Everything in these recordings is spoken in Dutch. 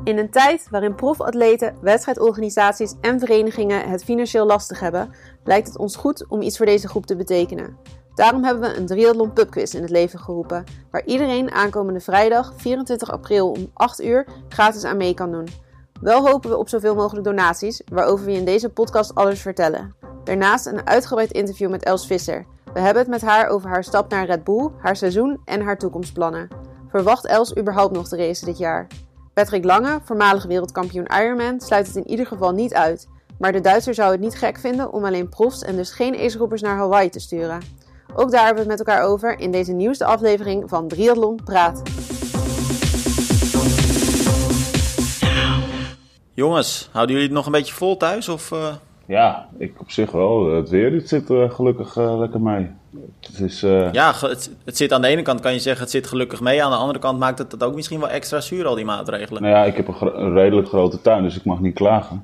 In een tijd waarin profatleten, wedstrijdorganisaties en verenigingen het financieel lastig hebben, lijkt het ons goed om iets voor deze groep te betekenen. Daarom hebben we een triathlon pubquiz in het leven geroepen, waar iedereen aankomende vrijdag 24 april om 8 uur gratis aan mee kan doen. Wel hopen we op zoveel mogelijk donaties, waarover we in deze podcast alles vertellen. Daarnaast een uitgebreid interview met Els Visser. We hebben het met haar over haar stap naar Red Bull, haar seizoen en haar toekomstplannen. Verwacht Els überhaupt nog te racen dit jaar? Patrick Lange, voormalig wereldkampioen Ironman, sluit het in ieder geval niet uit. Maar de Duitser zou het niet gek vinden om alleen profs en dus geen aceroepers naar Hawaii te sturen. Ook daar hebben we het met elkaar over in deze nieuwste aflevering van Triathlon Praat. Jongens, houden jullie het nog een beetje vol thuis? Of, Ja, ik op zich wel. Het weer het zit gelukkig lekker mee. Het is, Ja, het zit aan de ene kant, kan je zeggen, het zit gelukkig mee. Aan de andere kant maakt het ook misschien wel extra zuur, al die maatregelen. Nou ja, ik heb een redelijk grote tuin, dus ik mag niet klagen.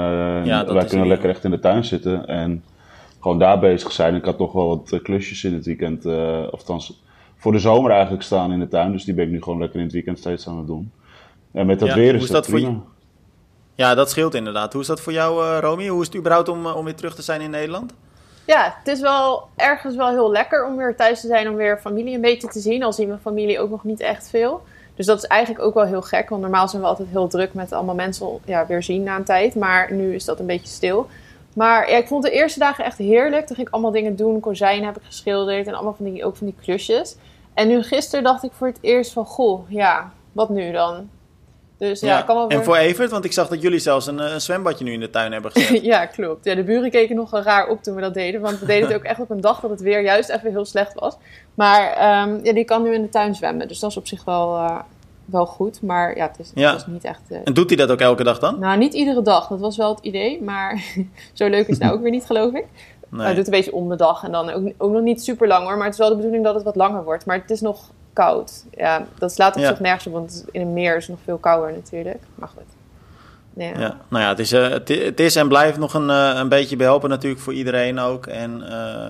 Wij kunnen lekker echt in de tuin zitten en gewoon daar bezig zijn. Ik had toch wel wat klusjes in het weekend, of althans voor de zomer eigenlijk staan in de tuin. Dus die ben ik nu gewoon lekker in het weekend steeds aan het doen. En met dat weer is dat prima. Ja, dat scheelt inderdaad. Hoe is dat voor jou, Romy? Hoe is het überhaupt om weer terug te zijn in Nederland? Ja, het is wel ergens wel heel lekker om weer thuis te zijn, om weer familie een beetje te zien. Al zien we familie ook nog niet echt veel. Dus dat is eigenlijk ook wel heel gek, want normaal zijn we altijd heel druk met allemaal mensen weer zien na een tijd. Maar nu is dat een beetje stil. Maar ja, ik vond de eerste dagen echt heerlijk. Toen ging ik allemaal dingen doen, kozijnen heb ik geschilderd en allemaal ook van die klusjes. En nu gisteren dacht ik voor het eerst van, goh, ja, wat nu dan? Dus ja, kan wel weer... En voor Evert, want ik zag dat jullie zelfs een zwembadje nu in de tuin hebben gezet. Ja, klopt. Ja, de buren keken nog wel raar op toen we dat deden. Want we deden het ook echt op een dag dat het weer juist even heel slecht was. Maar die kan nu in de tuin zwemmen. Dus dat is op zich wel goed. Maar ja, het is niet echt... En doet hij dat ook elke dag dan? Nou, niet iedere dag. Dat was wel het idee. Maar zo leuk is het nou ook weer niet, geloof ik. Nee. Hij doet een beetje om de dag. En dan ook nog niet super lang hoor. Maar het is wel de bedoeling dat het wat langer wordt. Maar het is nog koud. Ja, dat slaat op zich nergens op, want in een meer is het nog veel kouder natuurlijk. Maar goed. Ja, nou ja, het is en blijft nog een beetje behelpen natuurlijk voor iedereen ook. En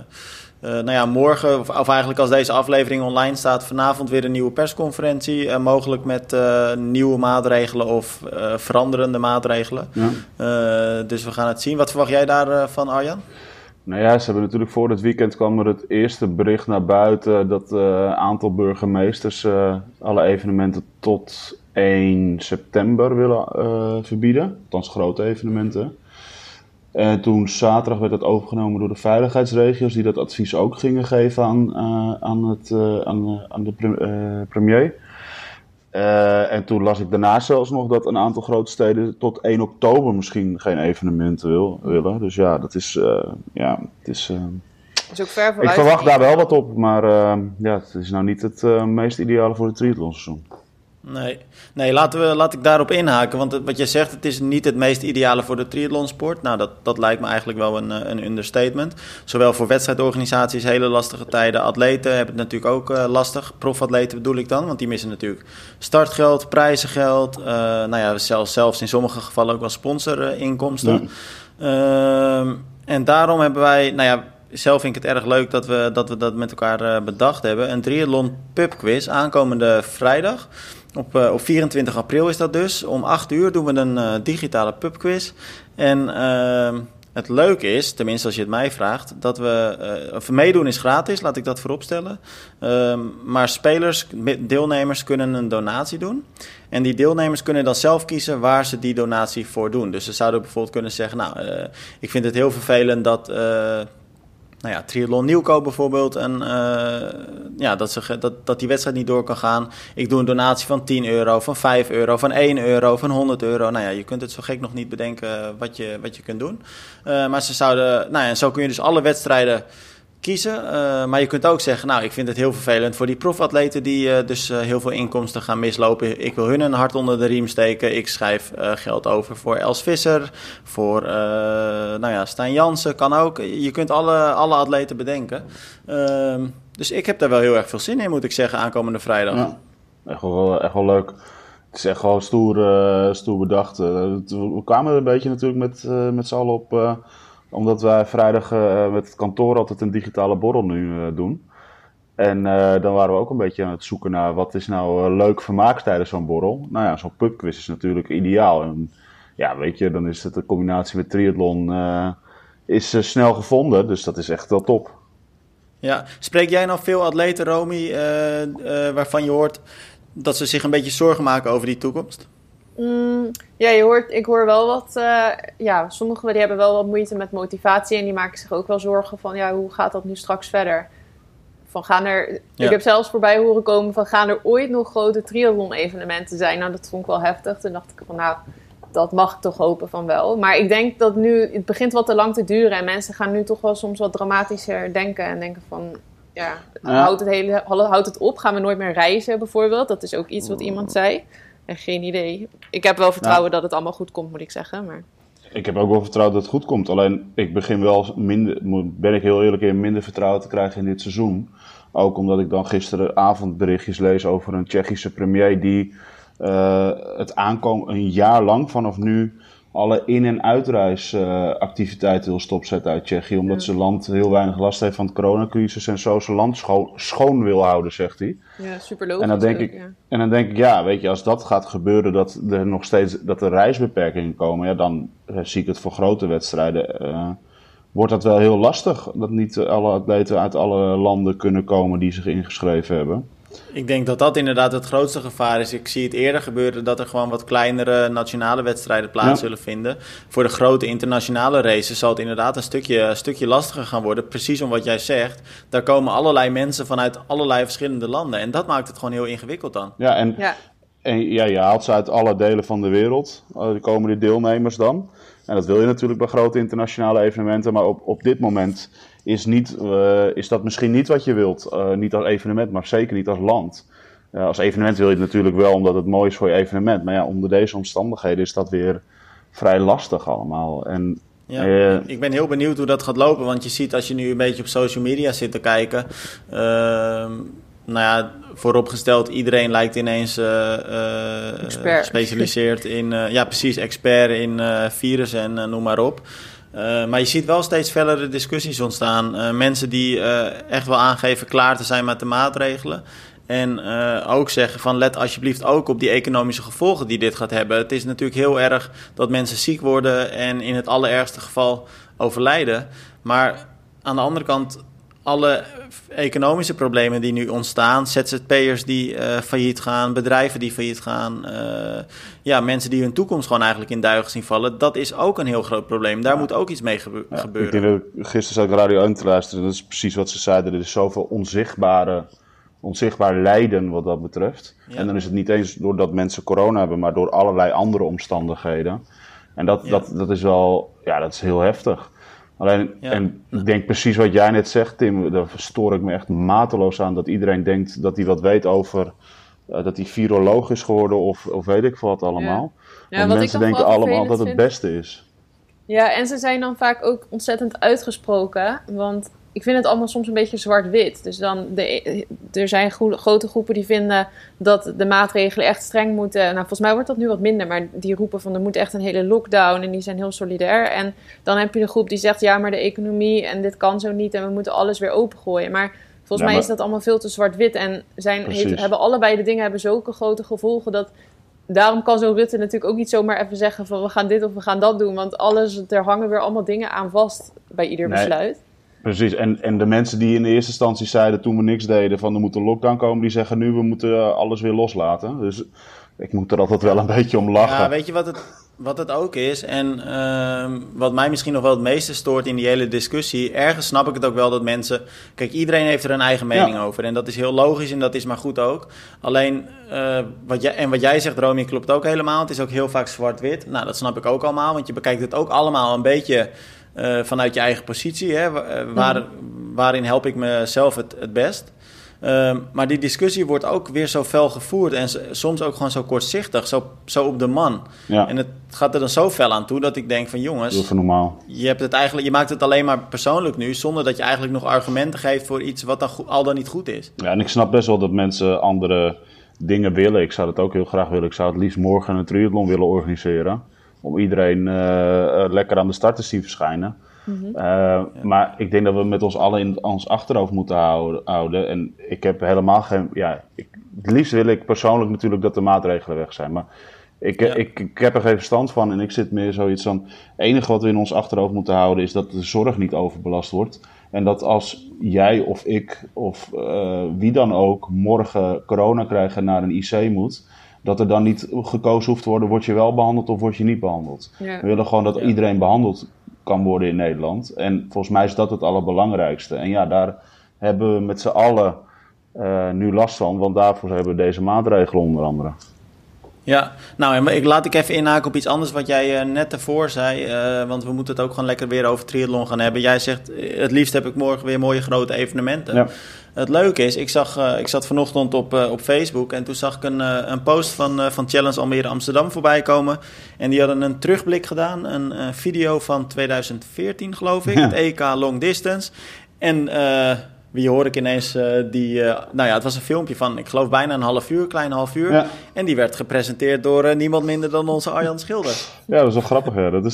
nou ja, morgen, of eigenlijk als deze aflevering online staat, vanavond weer een nieuwe persconferentie. Mogelijk met nieuwe maatregelen of veranderende maatregelen. Ja. Dus we gaan het zien. Wat verwacht jij daarvan, Arjan? Nou ja, ze hebben natuurlijk voor het weekend kwam er het eerste bericht naar buiten dat een aantal burgemeesters alle evenementen tot 1 september willen verbieden. Althans grote evenementen. En toen zaterdag werd dat overgenomen door de veiligheidsregio's die dat advies ook gingen geven aan de premier. En toen las ik daarna zelfs nog dat een aantal grote steden tot 1 oktober misschien geen evenementen willen. Dus ja, dat is... het is ook ver ik verwacht daar wel wat op, maar het is nou niet het meest ideale voor het triathlonseizoen. Nee, laat ik daarop inhaken. Want wat jij zegt, het is niet het meest ideale voor de triathlonsport. Nou, dat lijkt me eigenlijk wel een understatement. Zowel voor wedstrijdorganisaties hele lastige tijden. Atleten hebben het natuurlijk ook lastig. Profatleten bedoel ik dan, want die missen natuurlijk startgeld, prijzengeld. Nou ja, zelfs in sommige gevallen ook wel sponsorinkomsten. En daarom hebben wij... Nou ja, zelf vind ik het erg leuk dat we dat met elkaar bedacht hebben. Een triathlon pubquiz aankomende vrijdag. Op 24 april is dat dus. Om 8 uur doen we een digitale pubquiz. En het leuke is, tenminste als je het mij vraagt, dat meedoen is gratis, laat ik dat vooropstellen. Maar deelnemers kunnen een donatie doen. En die deelnemers kunnen dan zelf kiezen waar ze die donatie voor doen. Dus ze zouden bijvoorbeeld kunnen zeggen, ik vind het heel vervelend dat... Triathlon Nieuwkoop bijvoorbeeld. En dat die wedstrijd niet door kan gaan. Ik doe een donatie van €10, van €5, van €1, van €100. Nou ja, je kunt het zo gek nog niet bedenken wat je kunt doen. Maar ze zouden... en zo kun je dus alle wedstrijden kiezen. Maar je kunt ook zeggen, ik vind het heel vervelend voor die profatleten die dus heel veel inkomsten gaan mislopen. Ik wil hun een hart onder de riem steken. Ik schrijf geld over voor Els Visser, voor Stijn Jansen, kan ook. Je kunt alle atleten bedenken. Dus ik heb daar wel heel erg veel zin in, moet ik zeggen, aankomende vrijdag. Ja, echt wel leuk. Het is echt gewoon stoer bedacht. We kwamen er een beetje natuurlijk met z'n allen op... omdat wij vrijdag met het kantoor altijd een digitale borrel nu doen. En dan waren we ook een beetje aan het zoeken naar wat is nou leuk vermaak tijdens zo'n borrel. Nou ja, zo'n pubquiz is natuurlijk ideaal. En ja, weet je, dan is het een combinatie met triathlon is snel gevonden. Dus dat is echt wel top. Ja, spreek jij nou veel atleten, Romy, waarvan je hoort dat ze zich een beetje zorgen maken over die toekomst? Ja, ik hoor wel wat. Sommigen die hebben wel wat moeite met motivatie en die maken zich ook wel zorgen van, ja, hoe gaat dat nu straks verder? Ik heb zelfs voorbij horen komen van, gaan er ooit nog grote triathlon-evenementen zijn? Nou, dat vond ik wel heftig. Toen dacht ik van, nou, dat mag ik toch hopen van wel. Maar ik denk dat het begint wat te lang te duren en mensen gaan nu toch wel soms wat dramatischer denken en denken van, ja. Houdt het op? Gaan we nooit meer reizen bijvoorbeeld? Dat is ook iets wat iemand zei. En geen idee. Ik heb wel vertrouwen dat het allemaal goed komt, moet ik zeggen. Maar... Ik heb ook wel vertrouwen dat het goed komt. Alleen, ik begin wel ben ik heel eerlijk in, minder vertrouwen te krijgen in dit seizoen. Ook omdat ik dan gisteravond berichtjes lees over een Tsjechische premier die een jaar lang vanaf nu alle in- en uitreisactiviteiten wil stopzetten uit Tsjechië. Omdat zijn land heel weinig last heeft van de coronacrisis en zo zijn land schoon wil houden, zegt hij. Ja, super logisch. En dan denk ik, ja, weet je, als dat gaat gebeuren, dat er reisbeperkingen komen, ja, dan zie ik het voor grote wedstrijden. Wordt dat wel heel lastig, dat niet alle atleten uit alle landen kunnen komen die zich ingeschreven hebben. Ik denk dat dat inderdaad het grootste gevaar is. Ik zie het eerder gebeuren dat er gewoon wat kleinere nationale wedstrijden plaats zullen vinden. Voor de grote internationale races zal het inderdaad een stukje lastiger gaan worden. Precies om wat jij zegt. Daar komen allerlei mensen vanuit allerlei verschillende landen. En dat maakt het gewoon heel ingewikkeld dan. Ja, en je haalt ze uit alle delen van de wereld. Er komen die deelnemers dan. En dat wil je natuurlijk bij grote internationale evenementen. Maar op dit moment is dat misschien niet wat je wilt. Niet als evenement, maar zeker niet als land. Als evenement wil je het natuurlijk wel, omdat het mooi is voor je evenement. Maar ja, onder deze omstandigheden is dat weer vrij lastig allemaal. En, ik ben heel benieuwd hoe dat gaat lopen. Want je ziet als je nu een beetje op social media zit te kijken... vooropgesteld, iedereen lijkt ineens gespecialiseerd in... expert in virussen en noem maar op. Maar je ziet wel steeds fellere discussies ontstaan. Mensen die echt wel aangeven klaar te zijn met de maatregelen. En ook zeggen van let alsjeblieft ook op die economische gevolgen die dit gaat hebben. Het is natuurlijk heel erg dat mensen ziek worden en in het allerergste geval overlijden. Maar aan de andere kant... alle economische problemen die nu ontstaan, ZZP'ers die failliet gaan, bedrijven die failliet gaan, mensen die hun toekomst gewoon eigenlijk in duigen zien vallen, dat is ook een heel groot probleem. Daar moet ook iets mee gebeuren. Ik denk dat gisteren zat ik Radio 1 te luisteren, dat is precies wat ze zeiden. Er is zoveel onzichtbaar lijden wat dat betreft. Ja. En dan is het niet eens doordat mensen corona hebben, maar door allerlei andere omstandigheden. En dat is wel, dat is heel heftig. Alleen, en ik denk precies wat jij net zegt, Tim, daar stoor ik me echt mateloos aan dat iedereen denkt dat hij wat weet over, dat hij viroloog is geworden of weet ik wat allemaal. Ja. Want mensen denken allemaal dat het beste is. Ja, en ze zijn dan vaak ook ontzettend uitgesproken, want ik vind het allemaal soms een beetje zwart-wit. Dus dan er zijn grote groepen die vinden dat de maatregelen echt streng moeten. Nou, volgens mij wordt dat nu wat minder, maar die roepen van er moet echt een hele lockdown en die zijn heel solidair. En dan heb je de groep die zegt ja, maar de economie en dit kan zo niet en we moeten alles weer opengooien. Maar volgens mij is dat allemaal veel te zwart-wit en hebben allebei de dingen hebben zulke grote gevolgen dat... Daarom kan zo'n Rutte natuurlijk ook niet zomaar even zeggen van we gaan dit of we gaan dat doen. Want er hangen weer allemaal dingen aan vast bij ieder besluit. Precies, en de mensen die in de eerste instantie zeiden toen we niks deden van er moet een lockdown komen, die zeggen nu we moeten alles weer loslaten. Dus ik moet er altijd wel een beetje om lachen. Ja, weet je wat het ook is? En wat mij misschien nog wel het meeste stoort in die hele discussie, ergens snap ik het ook wel dat mensen... Kijk, iedereen heeft er een eigen mening over en dat is heel logisch en dat is maar goed ook. Alleen, wat jij zegt, Romy, klopt ook helemaal. Het is ook heel vaak zwart-wit. Nou, dat snap ik ook allemaal, want je bekijkt het ook allemaal een beetje... vanuit je eigen positie, hè? Waarin help ik mezelf het best. Maar die discussie wordt ook weer zo fel gevoerd en soms ook gewoon zo kortzichtig, zo op de man. Ja. En het gaat er dan zo fel aan toe dat ik denk van jongens, even normaal. Je maakt het alleen maar persoonlijk nu, zonder dat je eigenlijk nog argumenten geeft voor iets wat dan al dan niet goed is. Ja, en ik snap best wel dat mensen andere dingen willen. Ik zou dat ook heel graag willen. Ik zou het liefst morgen een triathlon willen organiseren. Om iedereen lekker aan de start te zien verschijnen. Maar ik denk dat we met ons allen in ons achterhoofd moeten houden. En ik heb helemaal geen... het liefst wil ik persoonlijk natuurlijk dat de maatregelen weg zijn. Maar ik heb er geen verstand van en ik zit meer zoiets van... Het enige wat we in ons achterhoofd moeten houden is dat de zorg niet overbelast wordt. En dat als jij of ik of wie dan ook morgen corona krijgt en naar een IC moet... dat er dan niet gekozen hoeft te worden, word je wel behandeld of word je niet behandeld. Ja. We willen gewoon dat iedereen behandeld kan worden in Nederland. En volgens mij is dat het allerbelangrijkste. En ja, daar hebben we met z'n allen nu last van, want daarvoor hebben we deze maatregelen onder andere. Ja, nou, laat ik even inhaken op iets anders wat jij net ervoor zei. Want we moeten het ook gewoon lekker weer over triathlon gaan hebben. Jij zegt, het liefst heb ik morgen weer mooie grote evenementen. Ja. Het leuke is, ik zat vanochtend op Facebook en toen zag ik een post van Challenge Almere Amsterdam voorbij komen. En die hadden een terugblik gedaan, een video van 2014 geloof ik, het EK Long Distance. En wie hoor ik ineens het was een filmpje van, ik geloof bijna een klein half uur. Ja. En die werd gepresenteerd door niemand minder dan onze Arjan Schilder. Ja, dat is wel grappig, hè. Dat is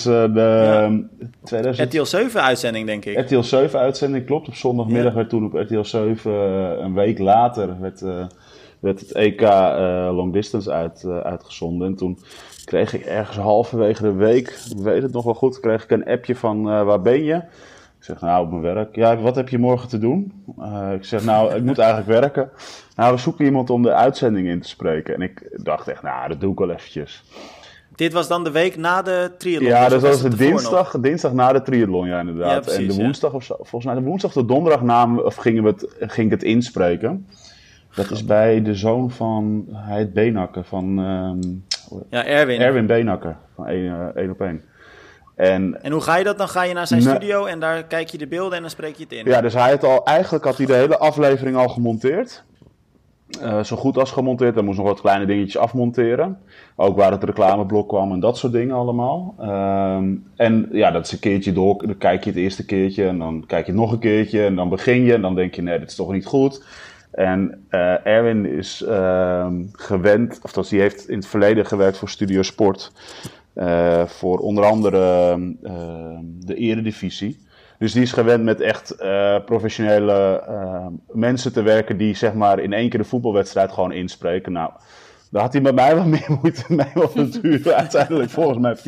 RTL 7 uitzending, denk ik. RTL 7 uitzending, klopt. Op zondagmiddag werd toen op RTL 7, een week later, werd het EK Long Distance uitgezonden. En toen kreeg ik ergens halverwege de week, ik weet het nog wel goed, kreeg ik een appje van, waar ben je? Ik zeg, nou, op mijn werk. Ja, wat heb je morgen te doen? Ik zeg, nou, ik moet eigenlijk werken. Nou, we zoeken iemand om de uitzending in te spreken. En ik dacht echt, nou, dat doe ik wel eventjes. Dit was dan de week na de triathlon? Ja, dus dat was de dinsdag na de triathlon, ja, inderdaad. Ja, precies, en de woensdag of zo, volgens mij de woensdag of de donderdag ging ik het inspreken. Dat is bij de zoon van, hij heet Beenhakker, van... Erwin. Erwin Beenhakker, van 1 op 1. En hoe ga je dat? Dan ga je naar zijn studio en daar kijk je de beelden en dan spreek je het in. Ja, dus eigenlijk had hij de hele aflevering al gemonteerd. Zo goed als gemonteerd. Hij moest nog wat kleine dingetjes afmonteren. Ook waar het reclameblok kwam en dat soort dingen allemaal. En ja, dat is een keertje door. Dan kijk je het eerste keertje en dan kijk je het nog een keertje. En dan begin je en dan denk je, nee, dit is toch niet goed. En Erwin is gewend, of die heeft in het verleden gewerkt voor Studio Sport. Voor onder andere de Eredivisie. Dus die is gewend met echt professionele mensen te werken die zeg maar in 1 keer de voetbalwedstrijd gewoon inspreken. Nou, daar had hij met mij wat meer moeite mee, want het duurde uiteindelijk volgens mij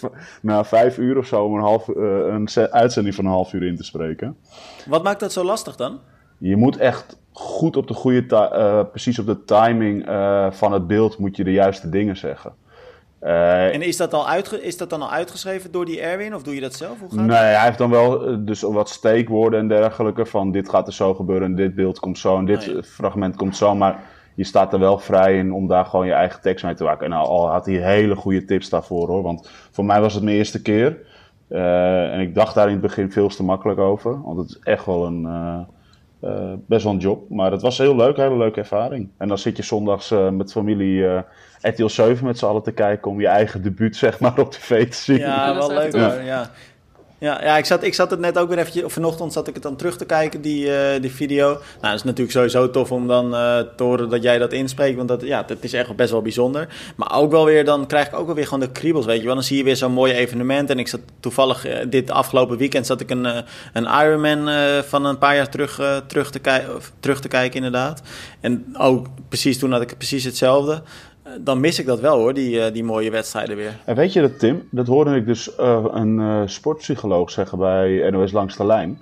5 uur of zo om een uitzending van een half uur in te spreken. Wat maakt dat zo lastig dan? Je moet echt goed op de goede precies op de timing van het beeld moet je de juiste dingen zeggen. En is dat dan al uitgeschreven door die Erwin of doe je dat zelf? Hoe gaat nee, hij heeft dan wel dus wat steekwoorden en dergelijke van dit gaat er zo gebeuren en dit beeld komt zo en dit fragment komt zo, maar je staat er wel vrij in om daar gewoon je eigen tekst mee te maken. En al had hij hele goede tips daarvoor hoor, want voor mij was het mijn eerste keer en ik dacht daar in het begin veel te makkelijk over, want het is echt wel best wel een job, maar het was heel leuk, hele leuke ervaring. En dan zit je zondags met familie RTL 7 met z'n allen te kijken om je eigen debuut zeg maar op tv te zien. Ja, wel leuk hoor, ja. Ja, ik zat het net ook weer eventjes, of vanochtend zat ik het dan terug te kijken, die video. Nou, dat is natuurlijk sowieso tof om dan te horen dat jij dat inspreekt, want dat is echt best wel bijzonder. Maar ook wel weer, dan krijg ik ook wel weer gewoon de kriebels, weet je wel. Dan zie je weer zo'n mooi evenement en ik zat toevallig dit afgelopen weekend zat ik een Ironman van een paar jaar terug te kijken inderdaad. En ook precies toen had ik precies hetzelfde. Dan mis ik dat wel hoor, die mooie wedstrijden weer. En weet je dat, Tim? Dat hoorde ik dus een sportpsycholoog zeggen bij NOS Langs de Lijn.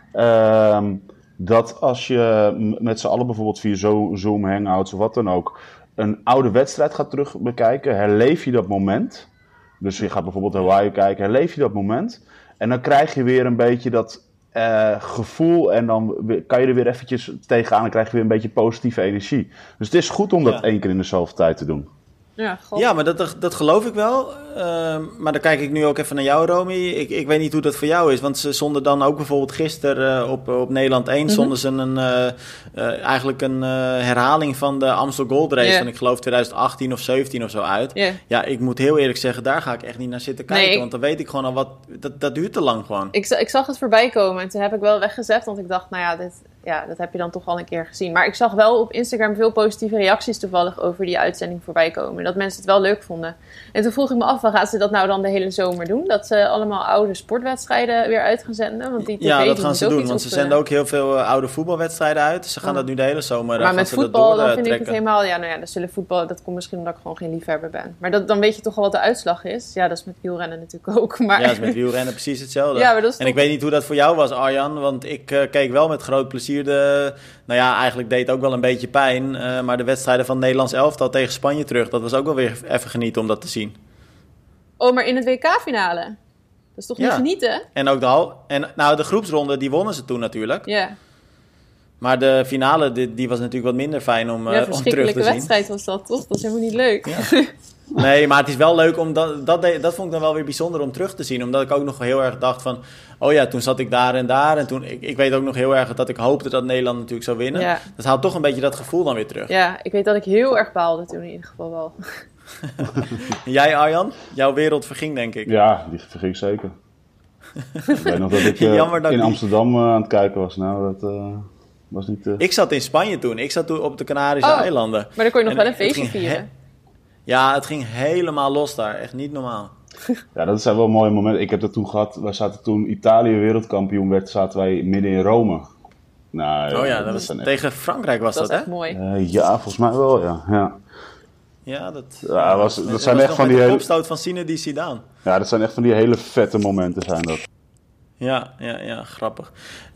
Dat als je met z'n allen bijvoorbeeld via Zoom, Hangouts of wat dan ook... een oude wedstrijd gaat terug bekijken, herleef je dat moment. Dus je gaat bijvoorbeeld Hawaii kijken, herleef je dat moment. En dan krijg je weer een beetje dat gevoel en dan kan je er weer eventjes tegenaan en krijg je weer een beetje positieve energie. Dus het is goed om dat 1 keer in de zoveel tijd te doen. Ja, maar dat geloof ik wel. Maar dan kijk ik nu ook even naar jou, Romy. Ik weet niet hoe dat voor jou is. Want ze zonden dan ook bijvoorbeeld gisteren op Nederland 1... zonden ze eigenlijk een herhaling van de Amstel Gold Race... van ik geloof 2018 of 17 of zo uit. Yeah. Ja, ik moet heel eerlijk zeggen, daar ga ik echt niet naar zitten kijken. Want dan weet ik gewoon al dat duurt te lang gewoon. Ik zag het voorbij komen en toen heb ik wel weggezet. Want ik dacht, nou ja, dat heb je dan toch al een keer gezien. Maar ik zag wel op Instagram veel positieve reacties toevallig over die uitzending voorbij komen. Dat mensen het wel leuk vonden. En toen vroeg ik me af, gaan ze dat nou dan de hele zomer doen? Dat ze allemaal oude sportwedstrijden weer uit gaan zenden? Want die TV dat gaan ze doen. Want ze zenden ook heel veel oude voetbalwedstrijden uit. Dus ze gaan dat nu de hele zomer maar met voetbal, dan vind ik het helemaal... dat komt misschien omdat ik gewoon geen liefhebber ben. Maar dan weet je toch al wat de uitslag is. Ja, dat is met wielrennen natuurlijk ook. Maar... Ja, dat is met wielrennen precies hetzelfde. Ja, maar dat is en ik weet niet hoe dat voor jou was, Arjan. Want ik keek wel met groot plezier eigenlijk deed het ook wel een beetje pijn. Maar de wedstrijden van het Nederlands elftal tegen Spanje terug. Dat was ook wel weer even genieten om dat te zien. Oh, maar in het WK-finale? Dat is toch niet genieten? En ook de groepsronde, die wonnen ze toen natuurlijk. Ja. Maar de finale, die was natuurlijk wat minder fijn om terug te zien. Een verschrikkelijke wedstrijd was dat, toch? Dat is helemaal niet leuk. Ja. Nee, maar het is wel leuk om dat vond ik dan wel weer bijzonder om terug te zien. Omdat ik ook nog heel erg dacht van... Oh ja, toen zat ik daar en daar. En toen, ik weet ook nog heel erg dat ik hoopte dat Nederland natuurlijk zou winnen. Ja. Dat haalt toch een beetje dat gevoel dan weer terug. Ja, ik weet dat ik heel erg baalde toen in ieder geval wel. Jij, Arjan? Jouw wereld verging, denk ik. Ja, die verging zeker. Ik weet nog dat ik in Amsterdam aan het kijken was. Nou, dat was niet... Ik zat in Spanje toen. Ik zat toen op de Canarische eilanden. Maar dan kon je nog wel een feestje vieren. Ja, het ging helemaal los daar. Echt niet normaal. Ja, dat zijn wel mooie momenten. Ik heb dat toen gehad. Wij zaten toen Italië wereldkampioen werd, zaten wij midden in Rome. Nou, dat was tegen Frankrijk was dat, hè? Dat is echt mooi. Ja, volgens mij wel, ja. Ja, dat zijn echt van die hele... opstoot van Zinedine Zidane. Ja, dat zijn echt van die hele vette momenten zijn dat. Ja, grappig.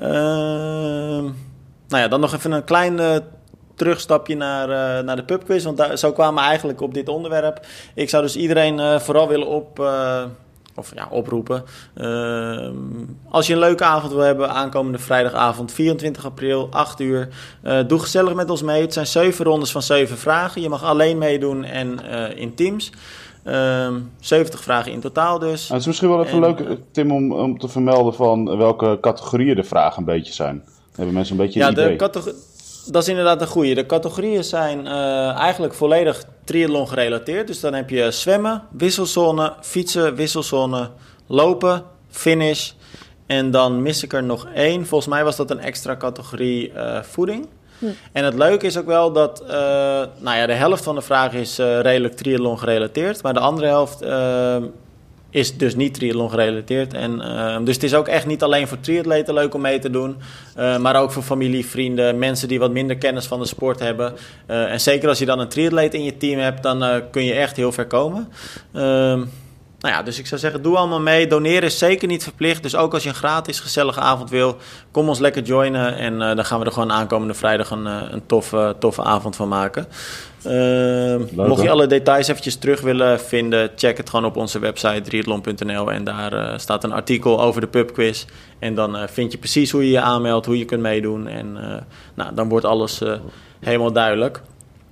Dan nog even een klein terugstapje naar de pubquiz. Want zo kwamen we eigenlijk op dit onderwerp. Ik zou dus iedereen vooral willen oproepen. Als je een leuke avond wil hebben, aankomende vrijdagavond 24 april, 8 uur. Doe gezellig met ons mee. Het zijn 7 rondes van 7 vragen. Je mag alleen meedoen en in teams. 70 vragen in totaal dus. Het is misschien wel even leuk, Tim, om te vermelden van welke categorieën de vragen een beetje zijn. Dan hebben mensen een beetje een idee. Dat is inderdaad een goeie. De categorieën zijn eigenlijk volledig triathlon gerelateerd. Dus dan heb je zwemmen, wisselzone, fietsen, wisselzone, lopen, finish. En dan mis ik er nog 1. Volgens mij was dat een extra categorie voeding. En het leuke is ook wel dat de helft van de vragen is redelijk triathlon gerelateerd. Maar de andere helft is dus niet triathlon gerelateerd. Dus het is ook echt niet alleen voor triatleten leuk om mee te doen. Maar ook voor familie, vrienden, mensen die wat minder kennis van de sport hebben. En zeker als je dan een triatleet in je team hebt, dan kun je echt heel ver komen. Dus ik zou zeggen, doe allemaal mee. Doneren is zeker niet verplicht. Dus ook als je een gratis gezellige avond wil, kom ons lekker joinen. En dan gaan we er gewoon aankomende vrijdag een toffe avond van maken. Mocht je alle details eventjes terug willen vinden, check het gewoon op onze website triathlon.nl. En daar staat een artikel over de pubquiz. En dan vind je precies hoe je je aanmeldt, hoe je kunt meedoen. En dan wordt alles helemaal duidelijk.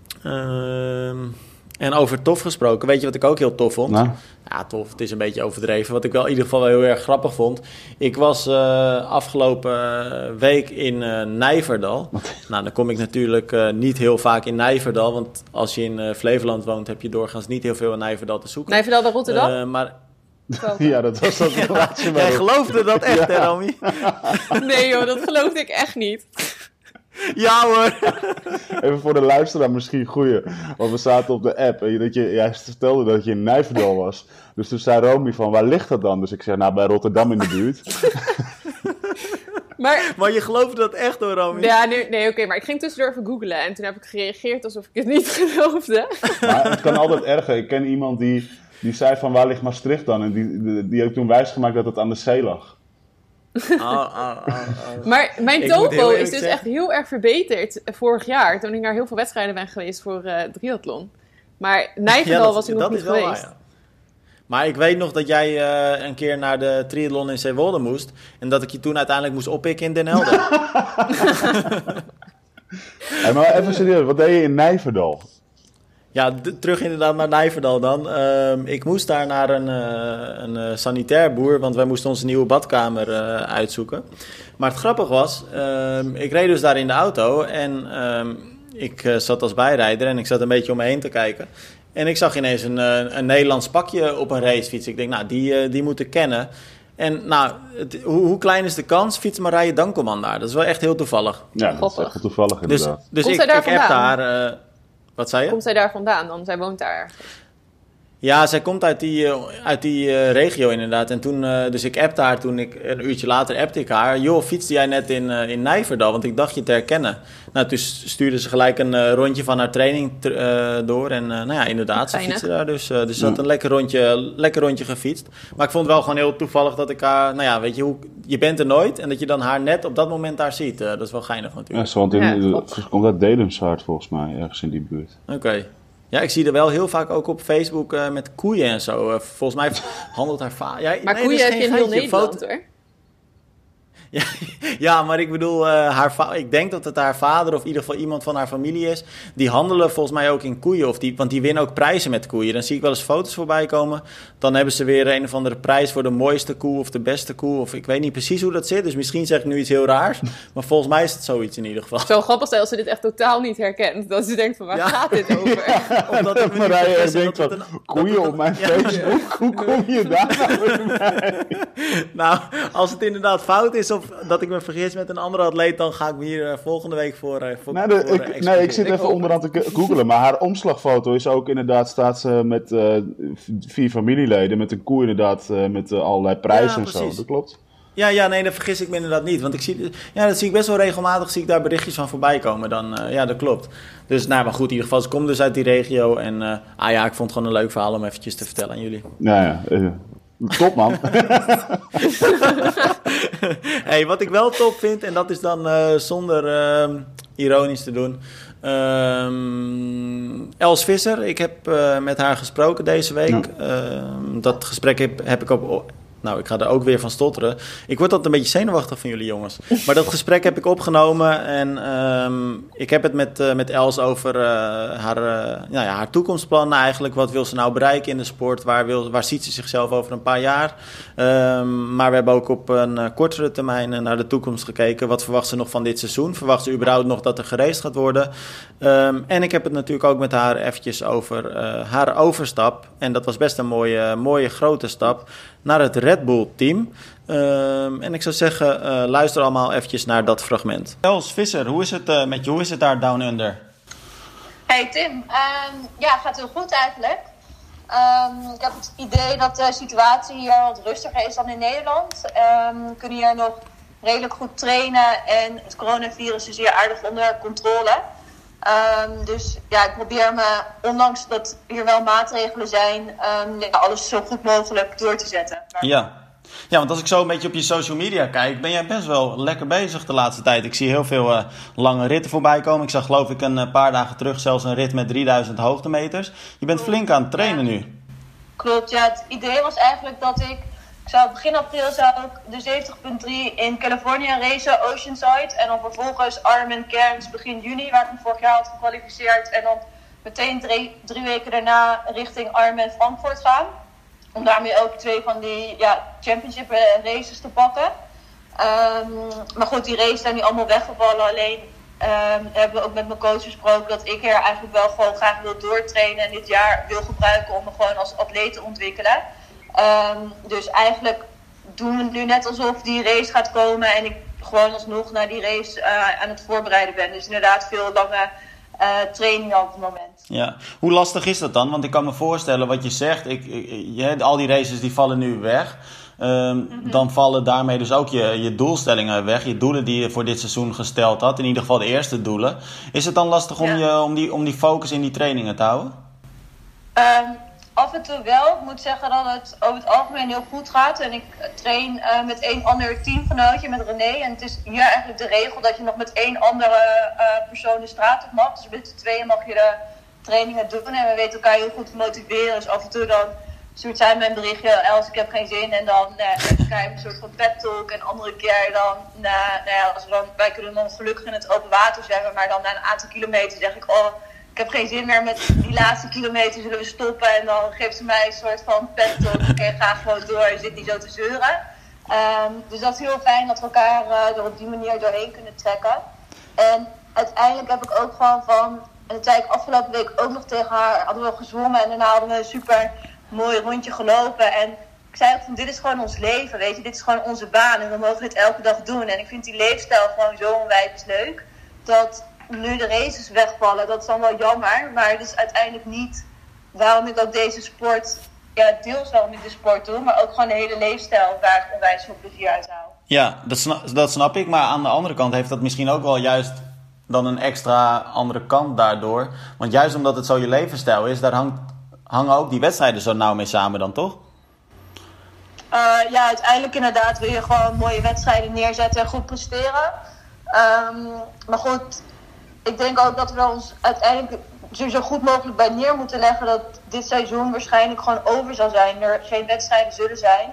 En over tof gesproken, weet je wat ik ook heel tof vond? Nou? Ja, tof, het is een beetje overdreven. Wat ik wel in ieder geval wel heel erg grappig vond. Ik was afgelopen week in Nijverdal. Nou, dan kom ik natuurlijk niet heel vaak in Nijverdal. Want als je in Flevoland woont, heb je doorgaans niet heel veel in Nijverdal te zoeken. Nijverdal bij Rotterdam? Ja, dat was dat laatste. Jij geloofde dat echt, hè, Romy? Nee joh, dat geloofde ik echt niet. Ja hoor. Even voor de luisteraar misschien goeie. Want we zaten op de app en jij vertelde dat je in Nijverdal was. Dus toen zei Romy van, waar ligt dat dan? Dus ik zei, bij Rotterdam in de buurt. Maar je geloofde dat echt hoor, Romy? Ja, oké, maar ik ging tussendoor even googlen. En toen heb ik gereageerd alsof ik het niet geloofde. Maar het kan altijd erger. Ik ken iemand die zei van, waar ligt Maastricht dan? En die heeft toen wijsgemaakt dat het aan de zee lag. Maar mijn topo is dus echt heel erg verbeterd vorig jaar. Toen ik naar heel veel wedstrijden ben geweest voor triathlon. Maar Nijverdal was ik nog niet geweest. Waar, ja. Maar ik weet nog dat jij een keer naar de triathlon in Zeewolde moest. En dat ik je toen uiteindelijk moest oppikken in Den Helder. Hey, maar even serieus, wat deed je in Nijverdal? Ja, terug inderdaad naar Nijverdal dan. Ik moest daar naar een sanitair boer, want wij moesten onze nieuwe badkamer uitzoeken. Maar het grappige was, ik reed dus daar in de auto en ik zat als bijrijder en ik zat een beetje om me heen te kijken. En ik zag ineens een Nederlands pakje op een racefiets. Ik denk, nou, die moet ik kennen. En nou, hoe klein is de kans? Fietst Marije Dankelman daar. Dat is wel echt heel toevallig. Ja, dat is echt heel toevallig inderdaad. Dus Komt ik zij daar app vandaan? daar... wat zei je? Komt zij daar vandaan dan? Zij woont daar ergens. Ja, zij komt uit die regio inderdaad. En toen, dus ik appte haar toen een uurtje later appte ik haar. Joh, fietste jij net in Nijverdal? Want ik dacht je te herkennen. Nou, toen stuurde ze gelijk een rondje van haar training door. En nou ja, inderdaad, ze fietste daar. Dus ze had een lekker rondje gefietst. Maar ik vond het wel gewoon heel toevallig dat ik haar... Nou ja, weet je, je bent er nooit. En dat je dan haar net op dat moment daar ziet. Dat is wel geinig natuurlijk. Ja, ze komt uit Dedemsvaart volgens mij, ergens in die buurt. Oké. Ja, ik zie er wel heel vaak ook op Facebook met koeien en zo. Volgens mij handelt haar vader... Ja, maar koeien heb je in heel Nederland, hoor. Ja, maar ik bedoel, ik denk dat het haar vader of in ieder geval iemand van haar familie is. Die handelen volgens mij ook in koeien. Want die winnen ook prijzen met koeien. Dan zie ik wel eens foto's voorbij komen. Dan hebben ze weer een of andere prijs voor de mooiste koe of de beste koe. Of ik weet niet precies hoe dat zit. Dus misschien zeg ik nu iets heel raars. Maar volgens mij is het zoiets in ieder geval. Zo grappig zijn als ze dit echt totaal niet herkent. Dat ze denkt van, waar gaat dit over? Omdat ik Marije denkt van, koeien op mijn Facebook? Hoe kom je daar nou bij? Nou, als het inderdaad fout is of dat ik me vergis met een andere atleet, dan ga ik me hier volgende week voor ik zit even onderaan te googlen, maar haar omslagfoto is ook inderdaad, staat ze met 4 familieleden, met een koe inderdaad, met allerlei prijzen en zo, dat klopt? Ja, nee, dat vergis ik me inderdaad niet, want dat zie ik best wel regelmatig, zie ik daar berichtjes van voorbij komen, dan, ja, dat klopt. Dus, nou, maar goed, in ieder geval, ze komt dus uit die regio en, ik vond het gewoon een leuk verhaal om eventjes te vertellen aan jullie. Ja. Top, man. Hey, wat ik wel top vind, en dat is dan zonder ironisch te doen. Els Visser, ik heb met haar gesproken deze week. Ja. Dat gesprek heb ik op... Nou, ik ga er ook weer van stotteren. Ik word altijd een beetje zenuwachtig van jullie jongens. Maar dat gesprek heb ik opgenomen. En ik heb het met Els over haar toekomstplannen eigenlijk. Wat wil ze nou bereiken in de sport? Waar ziet ze zichzelf over een paar jaar? Maar we hebben ook op een kortere termijn naar de toekomst gekeken. Wat verwacht ze nog van dit seizoen? Verwacht ze überhaupt nog dat er geraced gaat worden? En ik heb het natuurlijk ook met haar eventjes over haar overstap. En dat was best een mooie grote stap naar het Red Bull team. En ik zou zeggen, luister allemaal eventjes naar dat fragment. Els Visser, hoe is het met je? Hoe is het daar Down Under? Hey Tim, gaat heel goed eigenlijk. Ik heb het idee dat de situatie hier wat rustiger is dan in Nederland. We kunnen hier nog redelijk goed trainen en het coronavirus is hier aardig onder controle. Dus ja, ik probeer me, ondanks dat hier wel maatregelen zijn, alles zo goed mogelijk door te zetten. Ja, want als ik zo een beetje op je social media kijk, ben jij best wel lekker bezig de laatste tijd. Ik zie heel veel lange ritten voorbij komen. Ik zag geloof ik een paar dagen terug zelfs een rit met 3000 hoogtemeters. Je bent flink aan het trainen nu. Klopt, ja. Het idee was eigenlijk dat ik begin april zou ik de 70.3 in Californië racen, Oceanside. En dan vervolgens Ironman Cairns begin juni, waar ik me vorig jaar had gekwalificeerd. En dan meteen drie weken daarna richting Ironman Frankfurt gaan. Om daarmee ook 2 van die championship races te pakken. Maar goed, die races zijn nu allemaal weggevallen. Alleen hebben we ook met mijn coach besproken dat ik er eigenlijk wel gewoon graag wil doortrainen. En dit jaar wil gebruiken om me gewoon als atleet te ontwikkelen. Dus eigenlijk doen we nu net alsof die race gaat komen en ik gewoon alsnog naar die race aan het voorbereiden ben. Dus inderdaad veel lange training op het moment. Ja, hoe lastig is dat dan? Want ik kan me voorstellen wat je zegt, al die races die vallen nu weg. Dan vallen daarmee dus ook je doelstellingen weg. Je doelen die je voor dit seizoen gesteld had. In ieder geval de eerste doelen. Is het dan lastig om die focus in die trainingen te houden? Af en toe wel. Ik moet zeggen dat het over het algemeen heel goed gaat. En ik train met een ander teamgenootje, met René. En het is hier eigenlijk de regel dat je nog met 1 andere persoon de straat op mag. Dus met z'n tweeën mag je de trainingen doen. En we weten elkaar heel goed te motiveren. Dus af en toe dan stuurt zij mij een berichtje. Els, ik heb geen zin. En dan krijg je een soort van pep talk. En andere keer dan, wij kunnen dan gelukkig in het open water zwemmen. Maar dan na een aantal kilometer zeg ik, ik heb geen zin meer met die laatste kilometer, zullen we stoppen? En dan geeft ze mij een soort van pep talk. Oké, ga gewoon door, je zit niet zo te zeuren. Dus dat is heel fijn dat we elkaar er op die manier doorheen kunnen trekken. En uiteindelijk heb ik ook gewoon en dat zei ik afgelopen week ook nog tegen haar, hadden we gezwommen en daarna hadden we een super mooi rondje gelopen. En ik zei ook van, dit is gewoon ons leven, weet je. Dit is gewoon onze baan en we mogen dit elke dag doen. En ik vind die leefstijl gewoon zo onwijs leuk. Dat nu de races wegvallen, dat is dan wel jammer. Maar het is uiteindelijk niet waarom ik ook deze sport, deels waarom ik de sport doe. Maar ook gewoon de hele leefstijl waar ik onwijs veel plezier uit haal. Ja, dat snap ik. Maar aan de andere kant heeft dat misschien ook wel juist dan een extra andere kant daardoor. Want juist omdat het zo je levensstijl is, daar hangen ook die wedstrijden zo nauw mee samen dan, toch? Uiteindelijk inderdaad wil je gewoon mooie wedstrijden neerzetten en goed presteren. Maar goed, ik denk ook dat we ons uiteindelijk zo goed mogelijk bij neer moeten leggen dat dit seizoen waarschijnlijk gewoon over zal zijn. Er geen wedstrijden zullen zijn.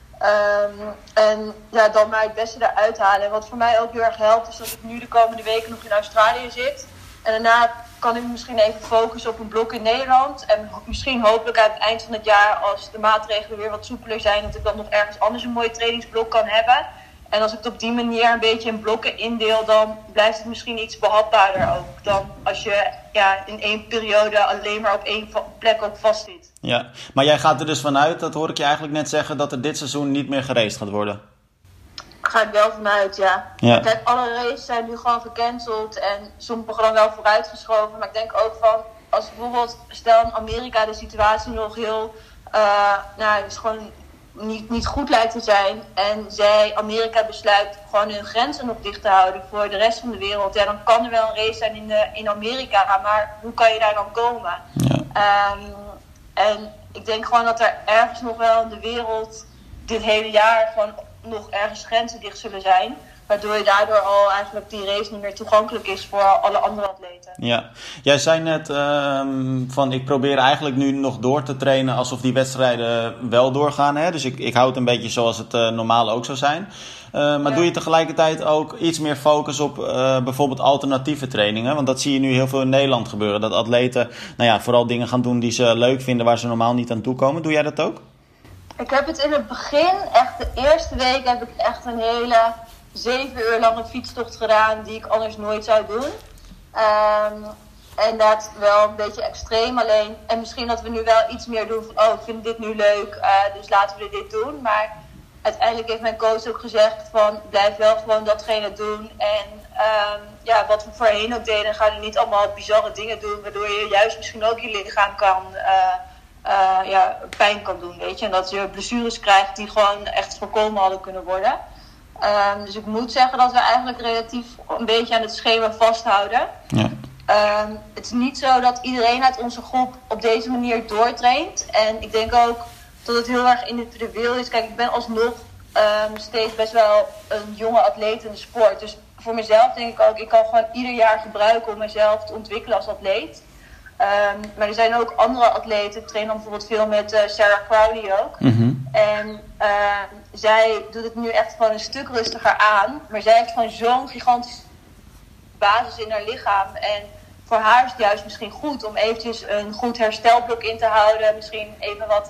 Dan maar het beste eruit halen. En wat voor mij ook heel erg helpt is dat ik nu de komende weken nog in Australië zit. En daarna kan ik misschien even focussen op een blok in Nederland. En misschien hopelijk aan het eind van het jaar, als de maatregelen weer wat soepeler zijn, dat ik dan nog ergens anders een mooi trainingsblok kan hebben. En als ik het op die manier een beetje in blokken indeel, dan blijft het misschien iets behapbaarder ook. Dan als je in één periode alleen maar op één plek ook vastzit. Ja, maar jij gaat er dus vanuit, dat hoor ik je eigenlijk net zeggen, dat er dit seizoen niet meer geraced gaat worden? Ga ik wel vanuit, ja. Kijk, alle races zijn nu gewoon gecanceld en sommige dan wel vooruitgeschoven. Maar ik denk ook van, als bijvoorbeeld, stel in Amerika de situatie nog heel, is gewoon niet goed lijkt te zijn. En Amerika besluit gewoon hun grenzen nog dicht te houden voor de rest van de wereld. Ja, dan kan er wel een race zijn in Amerika, maar hoe kan je daar dan komen? Ja. En ik denk gewoon dat er ergens nog wel in de wereld dit hele jaar gewoon nog ergens grenzen dicht zullen zijn. Waardoor je daardoor al eigenlijk die race niet meer toegankelijk is voor alle andere atleten. Ja, jij zei net van ik probeer eigenlijk nu nog door te trainen alsof die wedstrijden wel doorgaan. Hè? Dus ik hou het een beetje zoals het normaal ook zou zijn. Maar doe je tegelijkertijd ook iets meer focus op bijvoorbeeld alternatieve trainingen? Want dat zie je nu heel veel in Nederland gebeuren. Dat atleten vooral dingen gaan doen die ze leuk vinden waar ze normaal niet aan toe komen. Doe jij dat ook? Ik heb het in het begin, echt de eerste week, heb ik echt een hele 7 uur lange fietstocht gedaan die ik anders nooit zou doen. En dat wel een beetje extreem alleen. En misschien dat we nu wel iets meer doen van, ik vind dit nu leuk, dus laten we dit doen. Maar uiteindelijk heeft mijn coach ook gezegd van, blijf wel gewoon datgene doen. En wat we voorheen ook deden, ga je niet allemaal bizarre dingen doen, waardoor je juist misschien ook je lichaam pijn kan doen, weet je. En dat je blessures krijgt die gewoon echt voorkomen hadden kunnen worden. Dus ik moet zeggen dat we eigenlijk relatief een beetje aan het schema vasthouden. Ja. Het is niet zo dat iedereen uit onze groep op deze manier doortraint. En ik denk ook dat het heel erg individueel is. Kijk, ik ben alsnog steeds best wel een jonge atleet in de sport. Dus voor mezelf denk ik ook, ik kan gewoon ieder jaar gebruiken om mezelf te ontwikkelen als atleet. Maar er zijn ook andere atleten. Ik train dan bijvoorbeeld veel met Sarah Crowley ook. Mm-hmm. En zij doet het nu echt gewoon een stuk rustiger aan. Maar zij heeft gewoon zo'n gigantische basis in haar lichaam. En voor haar is het juist misschien goed om eventjes een goed herstelblok in te houden. Misschien even wat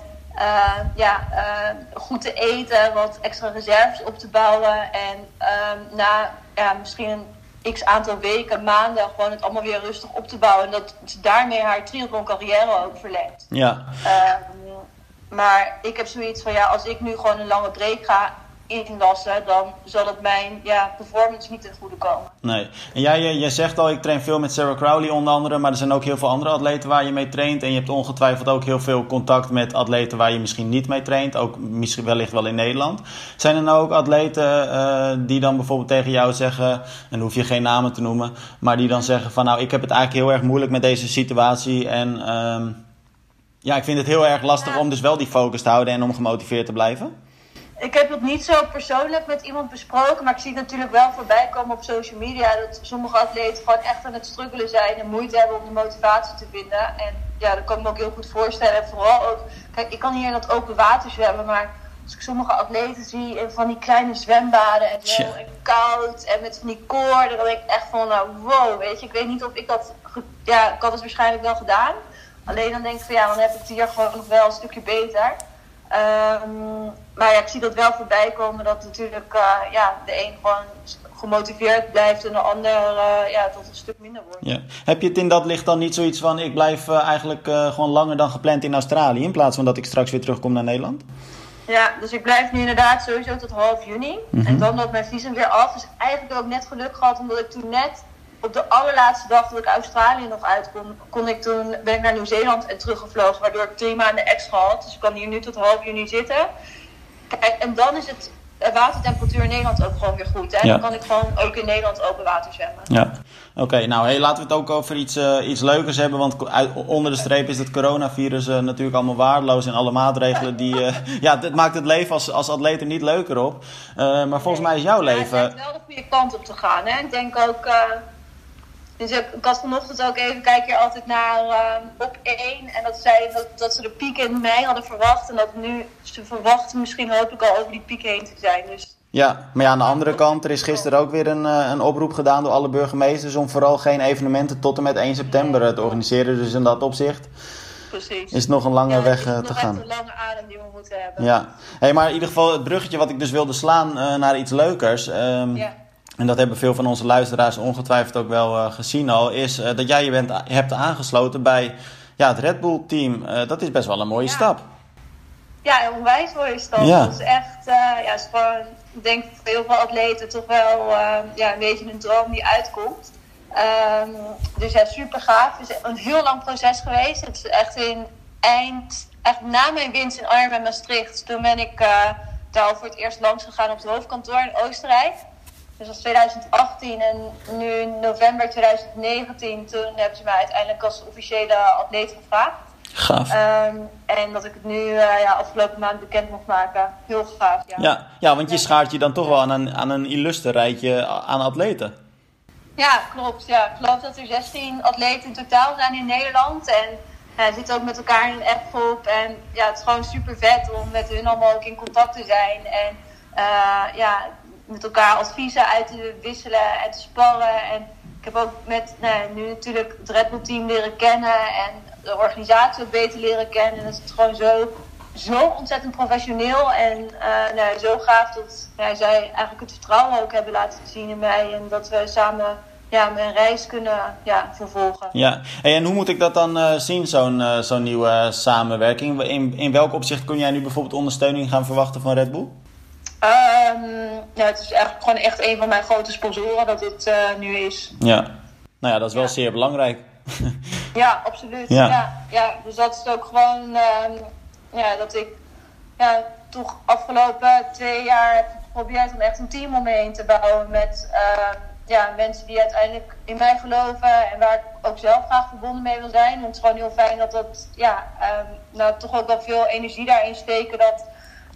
goed te eten, wat extra reserves op te bouwen. En misschien een x aantal weken, maanden, gewoon het allemaal weer rustig op te bouwen. En dat ze daarmee haar triathlon carrière ook verlengt. Ja. Maar ik heb zoiets van, als ik nu gewoon een lange break ga inlassen, dan zal het mijn performance niet ten goede komen. Nee. En jij zegt al, ik train veel met Sarah Crowley onder andere, maar er zijn ook heel veel andere atleten waar je mee traint. En je hebt ongetwijfeld ook heel veel contact met atleten waar je misschien niet mee traint. Ook misschien wellicht wel in Nederland. Zijn er nou ook atleten die dan bijvoorbeeld tegen jou zeggen, en dan hoef je geen namen te noemen, maar die dan zeggen van, ik heb het eigenlijk heel erg moeilijk met deze situatie en ik vind het heel erg lastig om dus wel die focus te houden en om gemotiveerd te blijven? Ik heb het niet zo persoonlijk met iemand besproken, maar ik zie het natuurlijk wel voorbij komen op social media dat sommige atleten gewoon echt aan het struggelen zijn en moeite hebben om de motivatie te vinden. En dat kan ik me ook heel goed voorstellen. En vooral ook, kijk, ik kan hier in dat open water zwemmen, maar als ik sommige atleten zie in van die kleine zwembaden en zo, en koud en met van die koorden, dan denk ik echt van, wow, weet je, ik weet niet of ik dat, ik had het waarschijnlijk wel gedaan. Alleen dan denk ik van, dan heb ik het hier gewoon nog wel een stukje beter. Maar ik zie dat wel voorbij komen dat natuurlijk de een gewoon gemotiveerd blijft en de ander tot een stuk minder wordt. Ja. Heb je het in dat licht dan niet zoiets van, ik blijf eigenlijk gewoon langer dan gepland in Australië in plaats van dat ik straks weer terugkom naar Nederland? Ja, dus ik blijf nu inderdaad sowieso tot half juni. Mhm. En dan loopt mijn visum weer af. Dus eigenlijk ook net geluk gehad, omdat ik toen net op de allerlaatste dag dat ik Australië nog uit kon, ben ik naar Nieuw-Zeeland en teruggevlogen. Waardoor ik 3 maanden extra had. Dus ik kan hier nu tot half juni zitten. Kijk, en dan is het watertemperatuur in Nederland ook gewoon weer goed. Hè? Ja. Dan kan ik gewoon ook in Nederland open water zwemmen. Ja, oké. Nou, hey, laten we het ook over iets leukers hebben. Want onder de streep is het coronavirus natuurlijk allemaal waardeloos. En alle maatregelen die... dat maakt het leven als atleet er niet leuker op. Maar volgens mij is jouw Maar leven... het lijkt wel de goede kant op te gaan. Hè? Ik denk ook... Dus ik had vanochtend ook even, kijk hier altijd naar op 1. En dat zeiden dat ze de piek in mei hadden verwacht. En dat nu ze verwachten misschien hopelijk al over die piek heen te zijn. Dus Ja, maar ja, aan de andere kant, er is gisteren ook weer een oproep gedaan door alle burgemeesters om vooral geen evenementen tot en met 1 september te organiseren. Dus in dat opzicht precies. is het nog een lange weg het is te nog gaan. echt een lange adem die we moeten hebben. Ja, hey, maar in ieder geval het bruggetje wat ik dus wilde slaan naar iets leukers. Ja. En dat hebben veel van onze luisteraars ongetwijfeld ook wel gezien al. Is dat jij je hebt aangesloten bij het Red Bull team. Dat is best wel een mooie stap. Ja, een onwijs mooie stap. Ja. Dat is echt, is gewoon, ik denk voor heel veel atleten toch wel een beetje een droom die uitkomt. Dus ja, super gaaf. Het is een heel lang proces geweest. Het is echt echt na mijn winst in Ironman Maastricht, toen ben ik daar al voor het eerst langs gegaan op het hoofdkantoor in Oostenrijk. Dus dat was 2018 en nu in november 2019, toen hebben ze mij uiteindelijk als officiële atleet gevraagd. Gaaf. En dat ik het nu afgelopen maand bekend mocht maken. Heel gaaf, ja. Ja, want je schaart je dan toch wel aan een illustre rijtje aan atleten. Ja, klopt. Ja. Ik geloof dat er 16 atleten in totaal zijn in Nederland. En ze zitten ook met elkaar in een appgroep. En ja, het is gewoon super vet om met hun allemaal ook in contact te zijn. En met elkaar adviezen uit te wisselen en te sparren. En ik heb ook nu natuurlijk het Red Bull team leren kennen. En de organisatie ook beter leren kennen. En het is gewoon zo ontzettend professioneel. En zo gaaf dat zij eigenlijk het vertrouwen ook hebben laten zien in mij. En dat we samen mijn reis kunnen vervolgen. Ja, hey, en hoe moet ik dat dan zien, zo'n nieuwe samenwerking? In welk opzicht kun jij nu bijvoorbeeld ondersteuning gaan verwachten van Red Bull? Het is eigenlijk gewoon echt een van mijn grote sponsoren dat dit nu is. Ja, nou ja, dat is wel zeer belangrijk. Ja, absoluut. Ja. Ja, dus dat is ook gewoon dat ik toch afgelopen 2 jaar heb geprobeerd om echt een team om me heen te bouwen met mensen die uiteindelijk in mij geloven en waar ik ook zelf graag verbonden mee wil zijn. En het is gewoon heel fijn dat toch ook wel veel energie daarin steken dat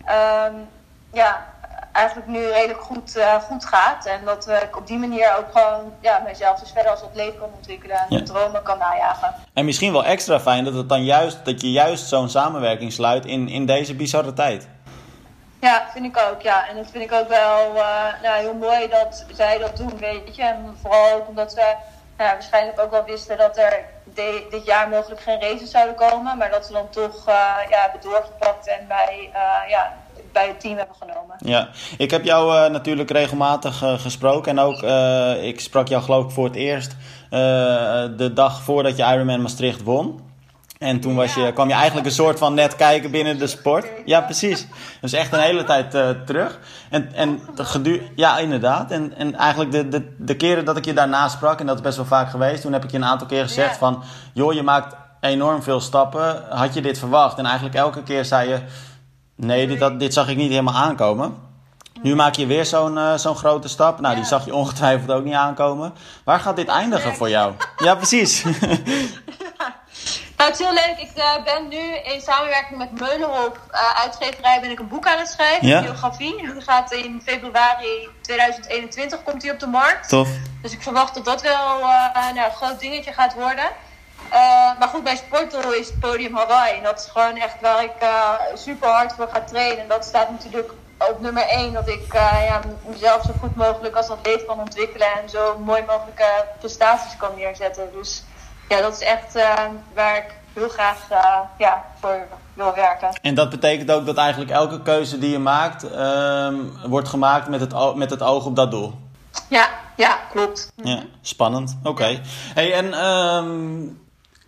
eigenlijk nu redelijk goed gaat. En dat ik op die manier ook gewoon mijzelf dus verder als atleet kan ontwikkelen en mijn dromen kan najagen. En misschien wel extra fijn dat je juist zo'n samenwerking sluit in deze bizarre tijd. Ja, vind ik ook, ja. En dat vind ik ook wel heel mooi dat zij dat doen, weet je. En vooral ook omdat ze waarschijnlijk ook wel wisten dat er dit jaar mogelijk geen races zouden komen. Maar dat ze dan toch hebben doorgepakt en bij het team hebben genomen. Ja, ik heb jou natuurlijk regelmatig gesproken. En ook, ik sprak jou geloof ik voor het eerst de dag voordat je Ironman Maastricht won. En toen kwam je eigenlijk een soort van net kijken binnen de sport. Ja, precies. Dus echt een hele tijd terug. Ja, inderdaad. En eigenlijk de keren dat ik je daarna sprak, en dat is best wel vaak geweest, toen heb ik je een aantal keer gezegd van, joh, je maakt enorm veel stappen. Had je dit verwacht? En eigenlijk elke keer zei je, nee, dit zag ik niet helemaal aankomen. Nu maak je weer zo'n grote stap. Nou, die zag je ongetwijfeld ook niet aankomen. Waar gaat dit eindigen voor jou? Ja, precies. Nou, het is heel leuk. Ik ben nu in samenwerking met Meulenhof uitgeverij ben ik een boek aan het schrijven. Een biografie. Die gaat in februari 2021 komt die op de markt. Tof. Dus ik verwacht dat dat wel een groot dingetje gaat worden. Maar goed, bij Sportdoel is het podium Hawaii. En dat is gewoon echt waar ik super hard voor ga trainen. En dat staat natuurlijk op nummer 1. Dat ik mezelf zo goed mogelijk als atleet kan ontwikkelen. En zo mooi mogelijke prestaties kan neerzetten. Dus ja, dat is echt waar ik heel graag voor wil werken. En dat betekent ook dat eigenlijk elke keuze die je maakt, wordt gemaakt met het oog op dat doel? Ja, klopt. Ja, spannend. Oké. Hey, en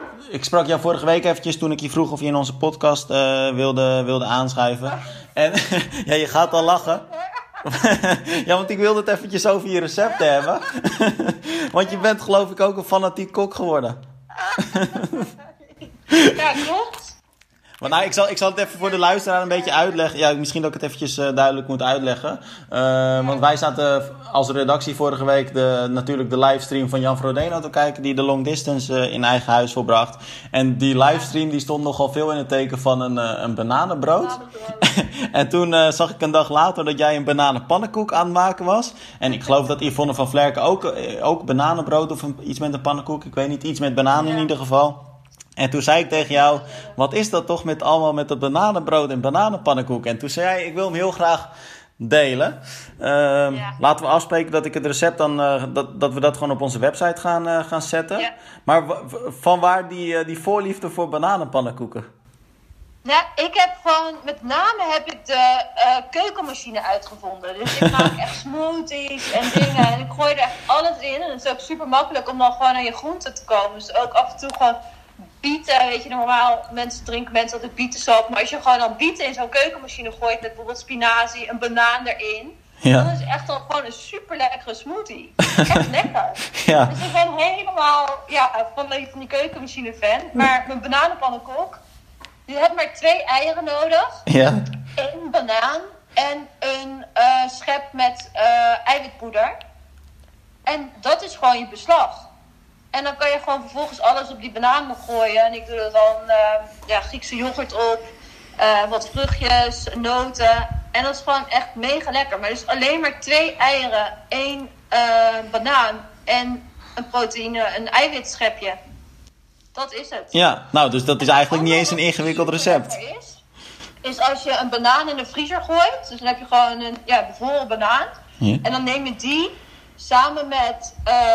Ik sprak jou vorige week eventjes toen ik je vroeg of je in onze podcast wilde aanschuiven. En ja, je gaat al lachen. Ja, want ik wilde het eventjes over je recepten hebben. Want je bent geloof ik ook een fanatiek kok geworden. Ja, klopt. Maar nou, ik zal het even voor de luisteraar een beetje uitleggen. Ja, misschien dat ik het eventjes duidelijk moet uitleggen. Want wij zaten als redactie vorige week natuurlijk de livestream van Jan Frodeno te kijken, die de long distance in eigen huis volbracht. En die livestream die stond nogal veel in het teken van een bananenbrood. En toen zag ik een dag later dat jij een bananenpannenkoek aan het maken was. En ik geloof dat Yvonne van Vlerken ook bananenbrood of iets met een pannenkoek. Ik weet niet, iets met bananen in ieder geval. En toen zei ik tegen jou, wat is dat toch met dat bananenbrood en bananenpannenkoek? En toen zei jij, ik wil hem heel graag delen. Laten we afspreken dat ik het recept dan, dat we dat gewoon op onze website gaan zetten. Ja. Maar vanwaar die voorliefde voor bananenpannenkoeken? Ja, ik heb gewoon, met name de keukenmachine uitgevonden. Dus ik maak echt smoothies en dingen. En ik gooi er echt alles in. En het is ook super makkelijk om dan gewoon aan je groenten te komen. Dus ook af en toe gewoon bieten, weet je, normaal drinken mensen altijd bietensap. Maar als je gewoon dan bieten in zo'n keukenmachine gooit met bijvoorbeeld spinazie, een banaan erin. Ja. Dan is het echt dan gewoon een super lekkere smoothie. Echt lekker. Ja. Dus ik ben helemaal van die keukenmachine fan. Maar mijn bananenpannenkoek, je hebt maar 2 eieren nodig. Ja. 1 banaan en een schep met eiwitpoeder. En dat is gewoon je beslag. En dan kan je gewoon vervolgens alles op die bananen gooien. En ik doe er dan Griekse yoghurt op. Wat vruchtjes, noten. En dat is gewoon echt mega lekker. Maar dus alleen maar 2 eieren, 1 banaan en een eiwitschepje. Dat is het. Ja, nou, dus dat is eigenlijk niet eens een ingewikkeld recept. Is als je een banaan in de vriezer gooit. Dus dan heb je gewoon een bevroren banaan. Ja. En dan neem je die samen met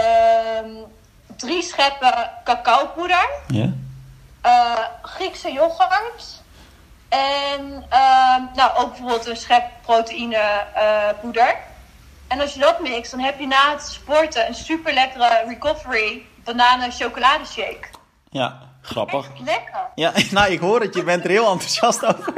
3 scheppen cacaopoeder. Ja. Griekse yoghurt. En ook bijvoorbeeld een schep proteïnepoeder. En als je dat mixt, dan heb je na het sporten een super lekkere recovery bananen chocoladeshake. Ja, grappig. Echt lekker. Ja, nou, ik hoor het. Je bent er heel enthousiast over.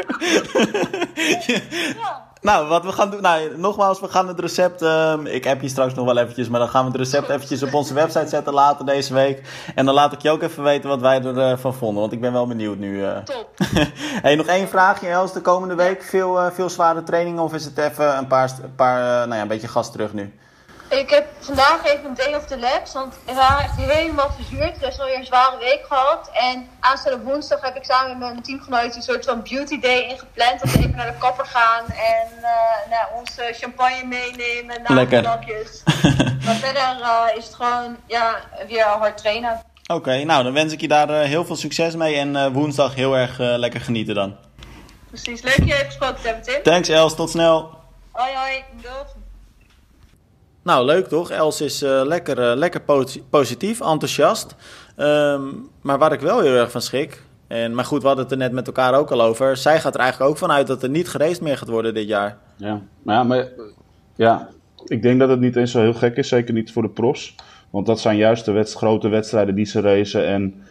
Ja. Nou, wat we gaan doen... Nou, nogmaals, we gaan het recept... ik heb je straks nog wel eventjes... Maar dan gaan we het recept eventjes op onze website zetten later deze week. En dan laat ik je ook even weten wat wij ervan vonden. Want ik ben wel benieuwd nu. Top. Hey, nog 1 vraagje, Els. De komende week veel zware trainingen? Of is het even een beetje gas terug nu? Ik heb vandaag even een day of the labs, want we waren echt helemaal verzuurd. Dus alweer een zware week gehad. En aanstaande woensdag heb ik samen met mijn teamgenoten een soort van beauty day ingepland. Dat we even naar de kapper gaan en onze champagne meenemen, nagelakjes. Maar verder is het gewoon weer hard trainen. Oké, nou dan wens ik je daar heel veel succes mee en woensdag heel erg lekker genieten dan. Precies, leuk je even gesproken te hebben, Tim. Thanks Els, tot snel. Hoi hoi, doeg. Nou, leuk toch? Els is lekker positief, enthousiast. Maar waar ik wel heel erg van schrik... Maar goed, we hadden het er net met elkaar ook al over. Zij gaat er eigenlijk ook vanuit dat er niet geraced meer gaat worden dit jaar. Ja, ik denk dat het niet eens zo heel gek is. Zeker niet voor de profs. Want dat zijn juist de grote wedstrijden die ze racen.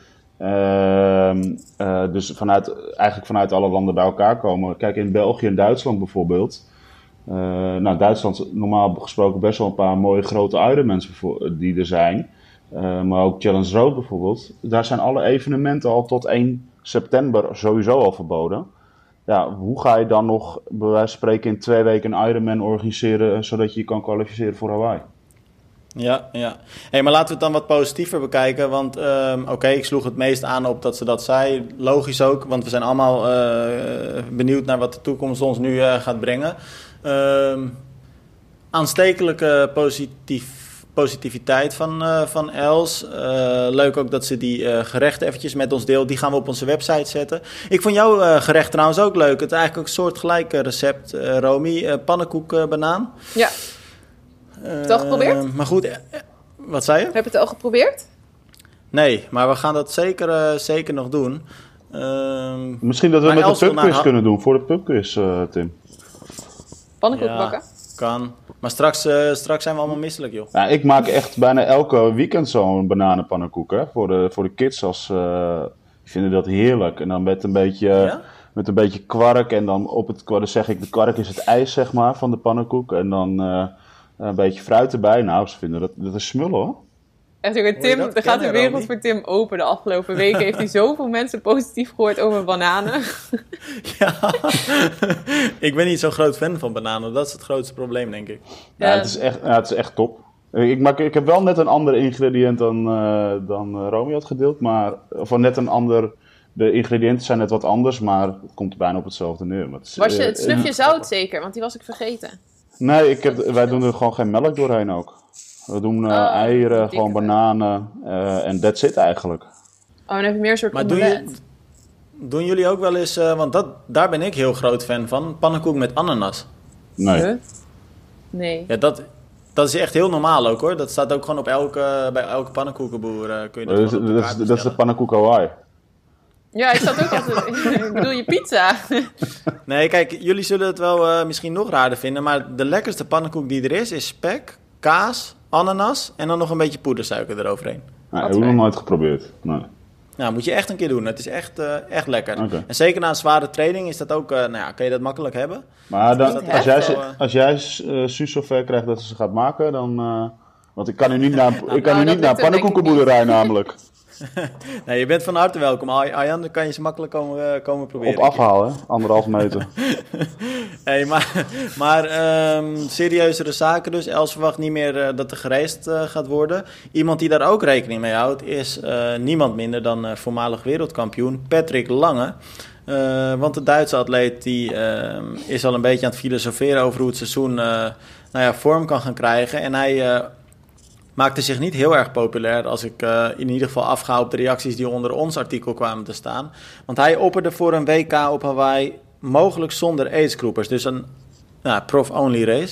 En dus vanuit alle landen bij elkaar komen. Kijk, in België en Duitsland bijvoorbeeld... Duitsland is normaal gesproken best wel een paar mooie grote Ironmans die er zijn. Maar ook Challenge Road bijvoorbeeld. Daar zijn alle evenementen al tot 1 september sowieso al verboden. Ja, hoe ga je dan nog bij wijze van spreken in 2 weken een Ironman organiseren zodat je je kan kwalificeren voor Hawaii? Ja. Hey, maar laten we het dan wat positiever bekijken. Want ik sloeg het meest aan op dat ze dat zei. Logisch ook, want we zijn allemaal benieuwd naar wat de toekomst ons nu gaat brengen. Aanstekelijke positiviteit van Els. Leuk ook dat ze die gerechten eventjes met ons deelt. Die gaan we op onze website zetten. Ik vond jouw gerecht trouwens ook leuk. Het is eigenlijk ook een soortgelijk recept, Romy. Pannenkoek banaan. Ja. Heb je het al geprobeerd? Maar goed, wat zei je? Heb je het al geprobeerd? Nee, maar we gaan dat zeker nog doen. Misschien dat we met de pubquiz kunnen doen, voor de pubquiz, Tim. Pannenkoek bakken? Kan. Maar straks zijn we allemaal misselijk, joh. Ja, ik maak echt bijna elke weekend zo'n bananenpannenkoek, hè, voor de kids. Die vinden dat heerlijk. En dan met een beetje kwark. En dan op het kwark, zeg ik, de kwark is het ijs, zeg maar, van de pannenkoek. En dan een beetje fruit erbij. Nou, ze vinden dat is smullen, hoor. En Tim, er gaat de wereld voor Tim open. De afgelopen weken heeft hij zoveel mensen positief gehoord over bananen. Ja, ik ben niet zo'n groot fan van bananen. Dat is het grootste probleem, denk ik. Ja, het is echt top. Ik heb wel net een ander ingrediënt dan Romy had gedeeld. Of net een ander... De ingrediënten zijn net wat anders, maar het komt er bijna op hetzelfde neer. Maar Was je het snufje zout zeker? Want die was ik vergeten. Nee, wij doen er gewoon geen melk doorheen ook. We doen eieren, gewoon bananen en that's it eigenlijk. Oh, dan heb je meer een soort maar doen jullie ook wel eens, want daar ben ik heel groot fan van, pannenkoek met ananas? Nee. Huh? Nee. Ja, dat is echt heel normaal ook, hoor. Dat staat ook gewoon bij elke pannenkoekenboer. Kun je dat gewoon op de kaart dat is de pannenkoek Hawaii. Ja, ik zat ook altijd... Ik bedoel, je pizza. Nee, kijk, jullie zullen het wel misschien nog raarder vinden, maar de lekkerste pannenkoek die er is spek, kaas, ananas en dan nog een beetje poedersuiker eroverheen. Nee, heb ik nog nooit geprobeerd. Nee. Nou, moet je echt een keer doen. Het is echt lekker. Okay. En zeker na een zware training is dat ook, kan je dat makkelijk hebben. Maar als jij Suus zover krijgt dat ze gaat maken, dan... want ik kan nu niet naar een pannenkoekenboerderij namelijk. Nee, je bent van harte welkom. Arjan, dan kan je ze makkelijk komen proberen. Op afhalen, 1,5 meter. Hey, maar serieuzere zaken dus. Els verwacht niet meer dat er gereisd gaat worden. Iemand die daar ook rekening mee houdt is niemand minder dan voormalig wereldkampioen Patrick Lange. Want de Duitse atleet die, is al een beetje aan het filosoferen over hoe het seizoen vorm kan gaan krijgen. En hij... maakte zich niet heel erg populair als ik in ieder geval afga op de reacties die onder ons artikel kwamen te staan. Want hij opperde voor een WK op Hawaii mogelijk zonder agegroepers. Dus een prof-only race.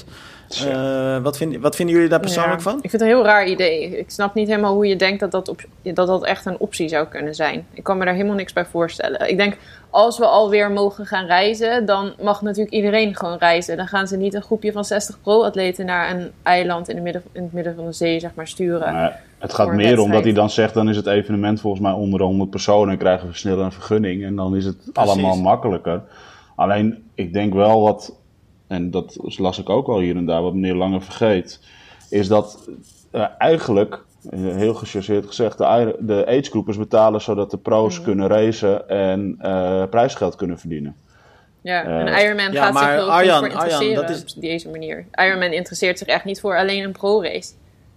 Wat vinden jullie daar persoonlijk van? Ik vind het een heel raar idee. Ik snap niet helemaal hoe je denkt dat echt een optie zou kunnen zijn. Ik kan me daar helemaal niks bij voorstellen. Ik denk, als we alweer mogen gaan reizen, dan mag natuurlijk iedereen gewoon reizen. Dan gaan ze niet een groepje van 60 pro-atleten naar een eiland in het midden van de zee, zeg maar, sturen. Nee, het gaat meer omdat hij dan zegt, dan is het evenement volgens mij onder de 100 personen en krijgen we sneller een vergunning. En dan is het allemaal makkelijker. Alleen, ik denk wel wat... En dat las ik ook al hier en daar, wat meneer Lange vergeet, is dat eigenlijk, heel gechargeerd gezegd, de agegroepers betalen zodat de pro's kunnen racen en prijsgeld kunnen verdienen. Ja, en Ironman gaat zich heel goed voor interesseren op deze manier. Ironman interesseert zich echt niet voor alleen een pro-race.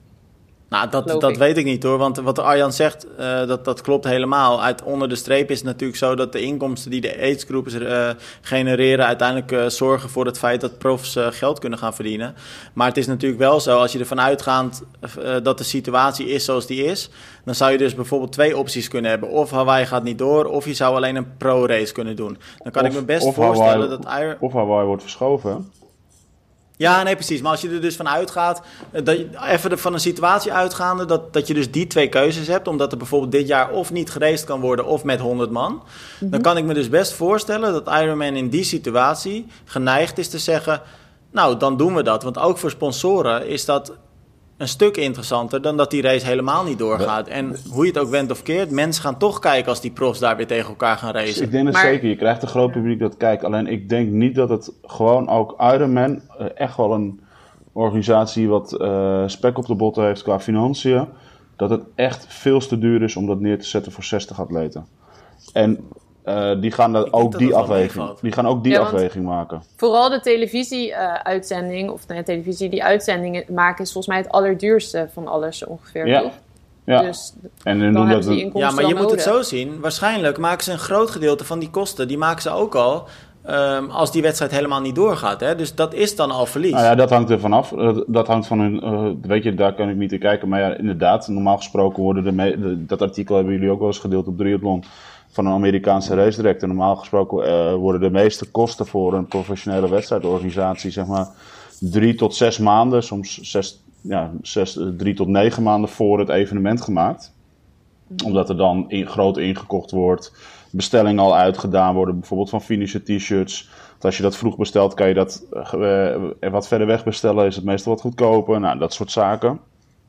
Nou, dat weet ik niet, hoor. Want wat Arjan zegt, dat klopt helemaal. Onder de streep is het natuurlijk zo dat de inkomsten die de agegroepers genereren uiteindelijk zorgen voor het feit dat profs geld kunnen gaan verdienen. Maar het is natuurlijk wel zo, als je ervan uitgaat dat de situatie is zoals die is, dan zou je dus bijvoorbeeld 2 opties kunnen hebben. Of Hawaii gaat niet door, of je zou alleen een pro-race kunnen doen. Dan kan ik me best voorstellen Of Hawaii wordt verschoven, hè? Ja, nee, precies. Maar als je er dus van uitgaat, even van een situatie uitgaande, dat je dus die 2 keuzes hebt, omdat er bijvoorbeeld dit jaar of niet geraced kan worden of met 100 man, dan kan ik me dus best voorstellen dat Ironman in die situatie geneigd is te zeggen, nou, dan doen we dat. Want ook voor sponsoren is dat een stuk interessanter dan dat die race helemaal niet doorgaat. En hoe je het ook wendt of keert, mensen gaan toch kijken als die profs daar weer tegen elkaar gaan racen. Ik denk het zeker. Je krijgt een groot publiek dat kijkt. Alleen ik denk niet dat het gewoon ook Ironman, echt wel een organisatie wat spek op de botten heeft qua financiën, dat het echt veel te duur is om dat neer te zetten voor 60 atleten. En die gaan ook die afweging maken. Vooral de televisie-uitzending, televisie die uitzendingen maken, is volgens mij het allerduurste van alles ongeveer, toch? Ja. Dus en dan hebben ze die inkomsten maar je moet nodig. Het zo zien. Waarschijnlijk maken ze een groot gedeelte van die kosten, die maken ze ook al als die wedstrijd helemaal niet doorgaat. Hè? Dus dat is dan al verlies. Nou ja, dat hangt er vanaf. Dat hangt van hun... weet je, daar kan ik niet in kijken. Maar ja, inderdaad, normaal gesproken worden dat artikel hebben jullie ook wel eens gedeeld op Triathlon van een Amerikaanse race director. Normaal gesproken worden de meeste kosten voor een professionele wedstrijdorganisatie, zeg maar, 3 tot 6 maanden, soms 3 tot 9 maanden voor het evenement gemaakt. Omdat er dan groot ingekocht wordt. bestellingen al uitgedaan worden. Bijvoorbeeld van finisher t-shirts. Want als je dat vroeg bestelt, kan je dat wat verder weg bestellen. Is het meestal wat goedkoper. Nou, dat soort zaken.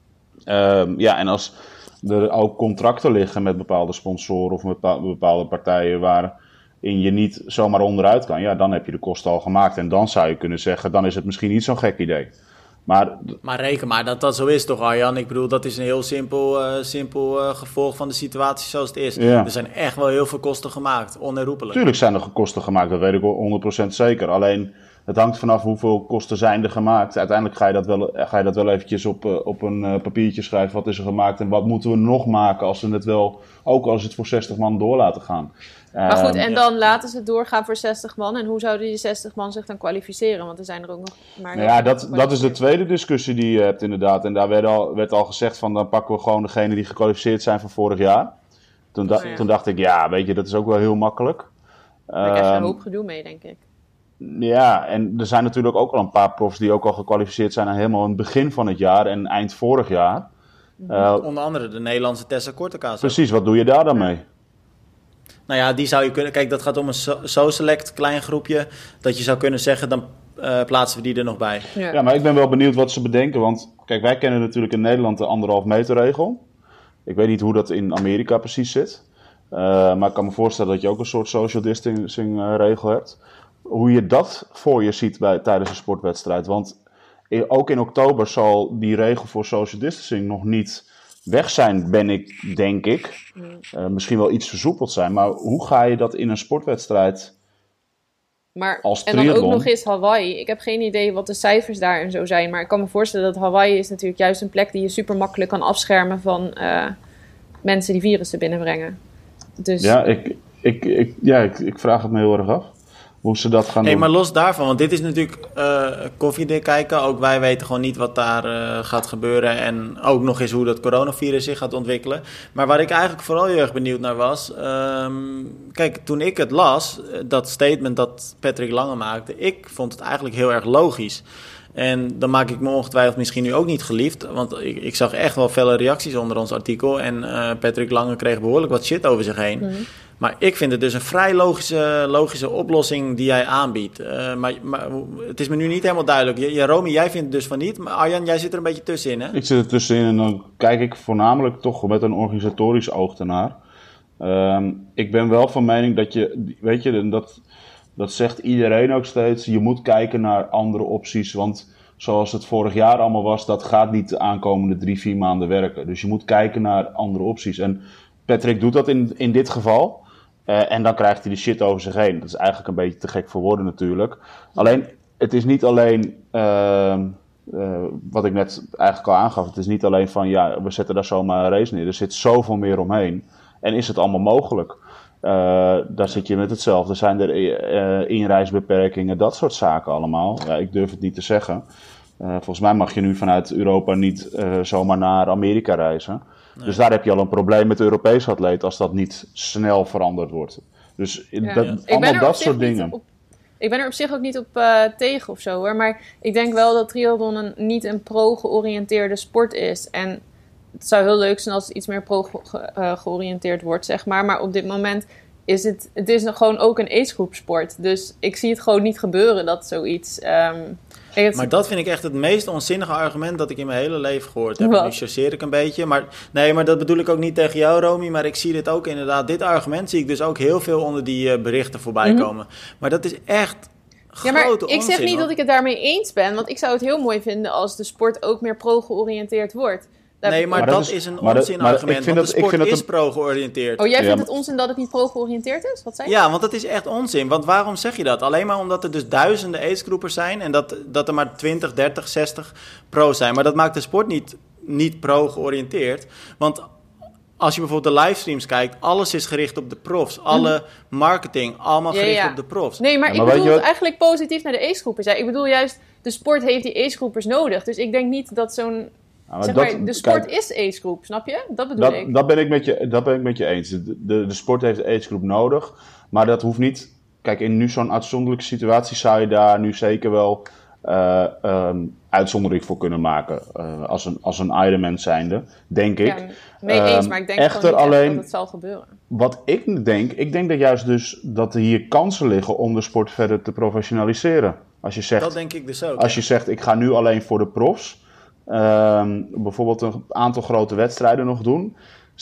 En als er ook contracten liggen met bepaalde sponsoren of met bepaalde partijen waarin je niet zomaar onderuit kan, ja, dan heb je de kosten al gemaakt. En dan zou je kunnen zeggen, dan is het misschien niet zo'n gek idee. Maar reken maar dat dat zo is toch, Arjan? Ik bedoel, dat is een heel simpel gevolg van de situatie zoals het is. Ja. Er zijn echt wel heel veel kosten gemaakt, onherroepelijk. Tuurlijk zijn er kosten gemaakt, dat weet ik 100% zeker. Alleen, het hangt vanaf hoeveel kosten zijn er gemaakt. Uiteindelijk ga je dat wel eventjes op een papiertje schrijven. Wat is er gemaakt en wat moeten we nog maken als we het wel, ook als het voor 60 man door laten gaan. Maar goed, en dan laten ze het doorgaan voor 60 man. En hoe zouden die 60 man zich dan kwalificeren? Want er zijn er ook nog maar... Nou ja, dat is de tweede discussie die je hebt inderdaad. En daar werd al gezegd van, dan pakken we gewoon degene die gekwalificeerd zijn van vorig jaar. Toen dacht ik, ja, weet je, dat is ook wel heel makkelijk. Daar krijg je een hoop gedoe mee, denk ik. Ja, en er zijn natuurlijk ook al een paar profs die ook al gekwalificeerd zijn aan helemaal in het begin van het jaar en eind vorig jaar. Onder andere de Nederlandse Tessa Kortekaas. Precies, wat doe je daar dan mee? Nou ja, die zou je kunnen... Kijk, dat gaat om een zo-select klein groepje. Dat je zou kunnen zeggen, dan plaatsen we die er nog bij. Ja, maar ik ben wel benieuwd wat ze bedenken. Want kijk, wij kennen natuurlijk in Nederland de 1,5 meter regel. Ik weet niet hoe dat in Amerika precies zit. Maar ik kan me voorstellen dat je ook een soort social distancing regel hebt. Hoe je dat voor je ziet tijdens een sportwedstrijd. Want ook in oktober zal die regel voor social distancing nog niet weg zijn, denk ik. Misschien wel iets versoepeld zijn. Maar hoe ga je dat in een sportwedstrijd als triathlon? En dan ook nog eens Hawaii. Ik heb geen idee wat de cijfers daar en zo zijn. Maar ik kan me voorstellen dat Hawaii is natuurlijk juist een plek die je super makkelijk kan afschermen van mensen die virussen binnenbrengen. Dus... Ja, ik vraag het me heel erg af. Hoe ze dat gaan doen. Maar los daarvan, want dit is natuurlijk koffiedik kijken. Ook wij weten gewoon niet wat daar gaat gebeuren. En ook nog eens hoe dat coronavirus zich gaat ontwikkelen. Maar waar ik eigenlijk vooral heel erg benieuwd naar was. Kijk, toen ik het las, dat statement dat Patrick Lange maakte. Ik vond het eigenlijk heel erg logisch. En dan maak ik me ongetwijfeld misschien nu ook niet geliefd. Want ik zag echt wel felle reacties onder ons artikel. En Patrick Lange kreeg behoorlijk wat shit over zich heen. Mm-hmm. Maar ik vind het dus een vrij logische oplossing die jij aanbiedt. Maar het is me nu niet helemaal duidelijk. Romy, jij vindt het dus van niet. Maar Arjan, jij zit er een beetje tussenin, hè? Ik zit er tussenin en dan kijk ik voornamelijk toch met een organisatorisch oog ernaar. Ik ben wel van mening dat je, weet je, dat zegt iedereen ook steeds. Je moet kijken naar andere opties, want zoals het vorig jaar allemaal was, dat gaat niet de aankomende 3-4 maanden werken. Dus je moet kijken naar andere opties. En Patrick doet dat in dit geval. En dan krijgt hij de shit over zich heen. Dat is eigenlijk een beetje te gek voor woorden natuurlijk. Alleen, het is niet alleen, wat ik net eigenlijk al aangaf, het is niet alleen van, ja, we zetten daar zomaar een race neer. Er zit zoveel meer omheen. En is het allemaal mogelijk? Daar zit je met hetzelfde. Zijn er inreisbeperkingen, dat soort zaken allemaal? Ja, ik durf het niet te zeggen. Volgens mij mag je nu vanuit Europa niet zomaar naar Amerika reizen. Nee. Dus daar heb je al een probleem met de Europese atleet als dat niet snel veranderd wordt. Dus allemaal dat soort dingen. Ik ben er op zich ook niet op tegen of zo hoor. Maar ik denk wel dat triathlon niet een pro-georiënteerde sport is. En het zou heel leuk zijn als het iets meer pro-georiënteerd wordt, zeg maar. Maar op dit moment is het is gewoon ook een agegroep sport. Dus ik zie het gewoon niet gebeuren dat zoiets... Maar dat vind ik echt het meest onzinnige argument dat ik in mijn hele leven gehoord heb. Nu chargeer ik een beetje. Maar dat bedoel ik ook niet tegen jou, Romy. Maar ik zie dit ook inderdaad. Dit argument zie ik dus ook heel veel onder die berichten voorbij komen. Maar dat is echt grote onzin. Ik zeg niet dat ik het daarmee eens ben. Want ik zou het heel mooi vinden als de sport ook meer pro-georiënteerd wordt. Nee, maar dat is een onzinargument, want de sport is pro-georiënteerd. Oh, jij vindt het onzin dat het niet pro-georiënteerd is? Wat zei je? Ja, want dat is echt onzin. Want waarom zeg je dat? Alleen maar omdat er dus duizenden agegroepers zijn en dat er maar 20, 30, 60 pro zijn. Maar dat maakt de sport niet pro-georiënteerd. Want als je bijvoorbeeld de livestreams kijkt, alles is gericht op de profs. Alle marketing, allemaal gericht op de profs. Nee, maar ik bedoel het eigenlijk positief naar de agegroepers. Ik bedoel juist, de sport heeft die agegroepers nodig. Dus ik denk niet dat zo'n... de sport is agegroep, snap je? Dat bedoel ik. Dat ben ik met je eens. De sport heeft de agegroep nodig, maar dat hoeft niet... Kijk, in nu zo'n uitzonderlijke situatie zou je daar nu zeker wel uitzondering voor kunnen maken. Als een Ironman zijnde, denk ik. Ja, mee eens, maar ik denk echter gewoon niet alleen, dat het zal gebeuren. Wat ik denk dat juist dus dat er hier kansen liggen om de sport verder te professionaliseren. Als je zegt, dat denk ik dus ook. Als je zegt, ik ga nu alleen voor de profs. Bijvoorbeeld een aantal grote wedstrijden nog doen.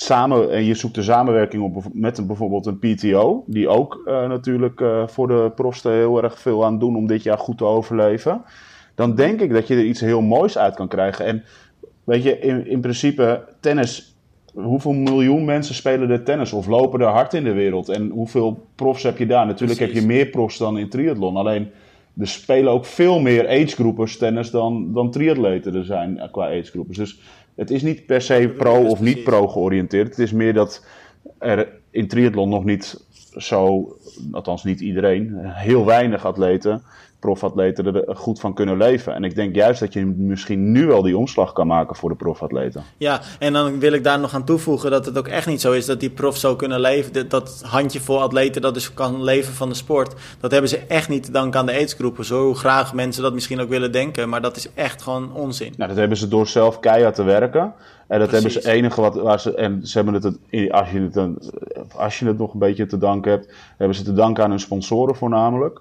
En je zoekt de samenwerking op met bijvoorbeeld een PTO. Die ook natuurlijk voor de profs er heel erg veel aan doen om dit jaar goed te overleven. Dan denk ik dat je er iets heel moois uit kan krijgen. En weet je, in principe tennis. Hoeveel miljoen mensen spelen er tennis of lopen er hard in de wereld? En hoeveel profs heb je daar? Natuurlijk Heb je meer profs dan in triathlon. Alleen er spelen ook veel meer agegroepers tennis dan triatleten er zijn qua agegroepers. Dus het is niet per se pro of niet pro georiënteerd. Het is meer dat er in triathlon nog niet zo, althans niet iedereen, heel weinig atleten, profatleten er goed van kunnen leven. En ik denk juist dat je misschien nu wel die omslag kan maken voor de profatleten. Ja, en dan wil ik daar nog aan toevoegen dat het ook echt niet zo is dat die profs zo kunnen leven. Dat handjevol atleten dat dus kan leven van de sport, dat hebben ze echt niet te danken aan de aidsgroepen. Zo hoe graag mensen dat misschien ook willen denken, maar dat is echt gewoon onzin. Nou, dat hebben ze door zelf keihard te werken. En dat hebben ze enige waar ze. En ze hebben het, als je het nog een beetje te danken hebt, hebben ze te danken aan hun sponsoren voornamelijk.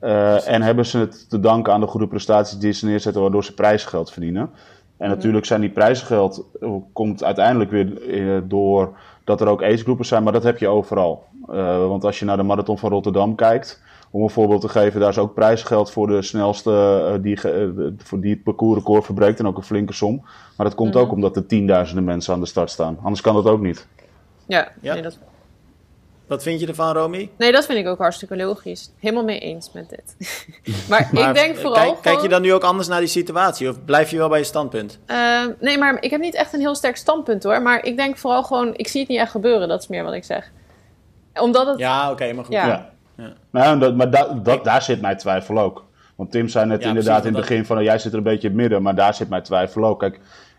En hebben ze het te danken aan de goede prestaties die ze neerzetten, waardoor ze prijzengeld verdienen. En natuurlijk zijn die prijzengeld komt uiteindelijk weer door dat er ook agegroepen zijn, maar dat heb je overal. Want als je naar de Marathon van Rotterdam kijkt, om een voorbeeld te geven, daar is ook prijzengeld voor de snelste voor die het parcoursrecord verbreekt en ook een flinke som. Maar dat komt ook omdat er tienduizenden mensen aan de start staan. Anders kan dat ook niet. Ja. Nee, dat... Wat vind je ervan, Romy? Nee, dat vind ik ook hartstikke logisch. Helemaal mee eens met dit. maar ik denk vooral... Kijk je dan nu ook anders naar die situatie? Of blijf je wel bij je standpunt? Nee, maar ik heb niet echt een heel sterk standpunt hoor. Maar ik denk vooral gewoon... Ik zie het niet echt gebeuren, dat is meer wat ik zeg. Omdat het... Ja, oké, maar goed. Ja. Nou, maar daar zit mijn twijfel ook. Want Tim zei net inderdaad precies, in het begin van... jij zit er een beetje in het midden, maar daar zit mijn twijfel ook. Kijk,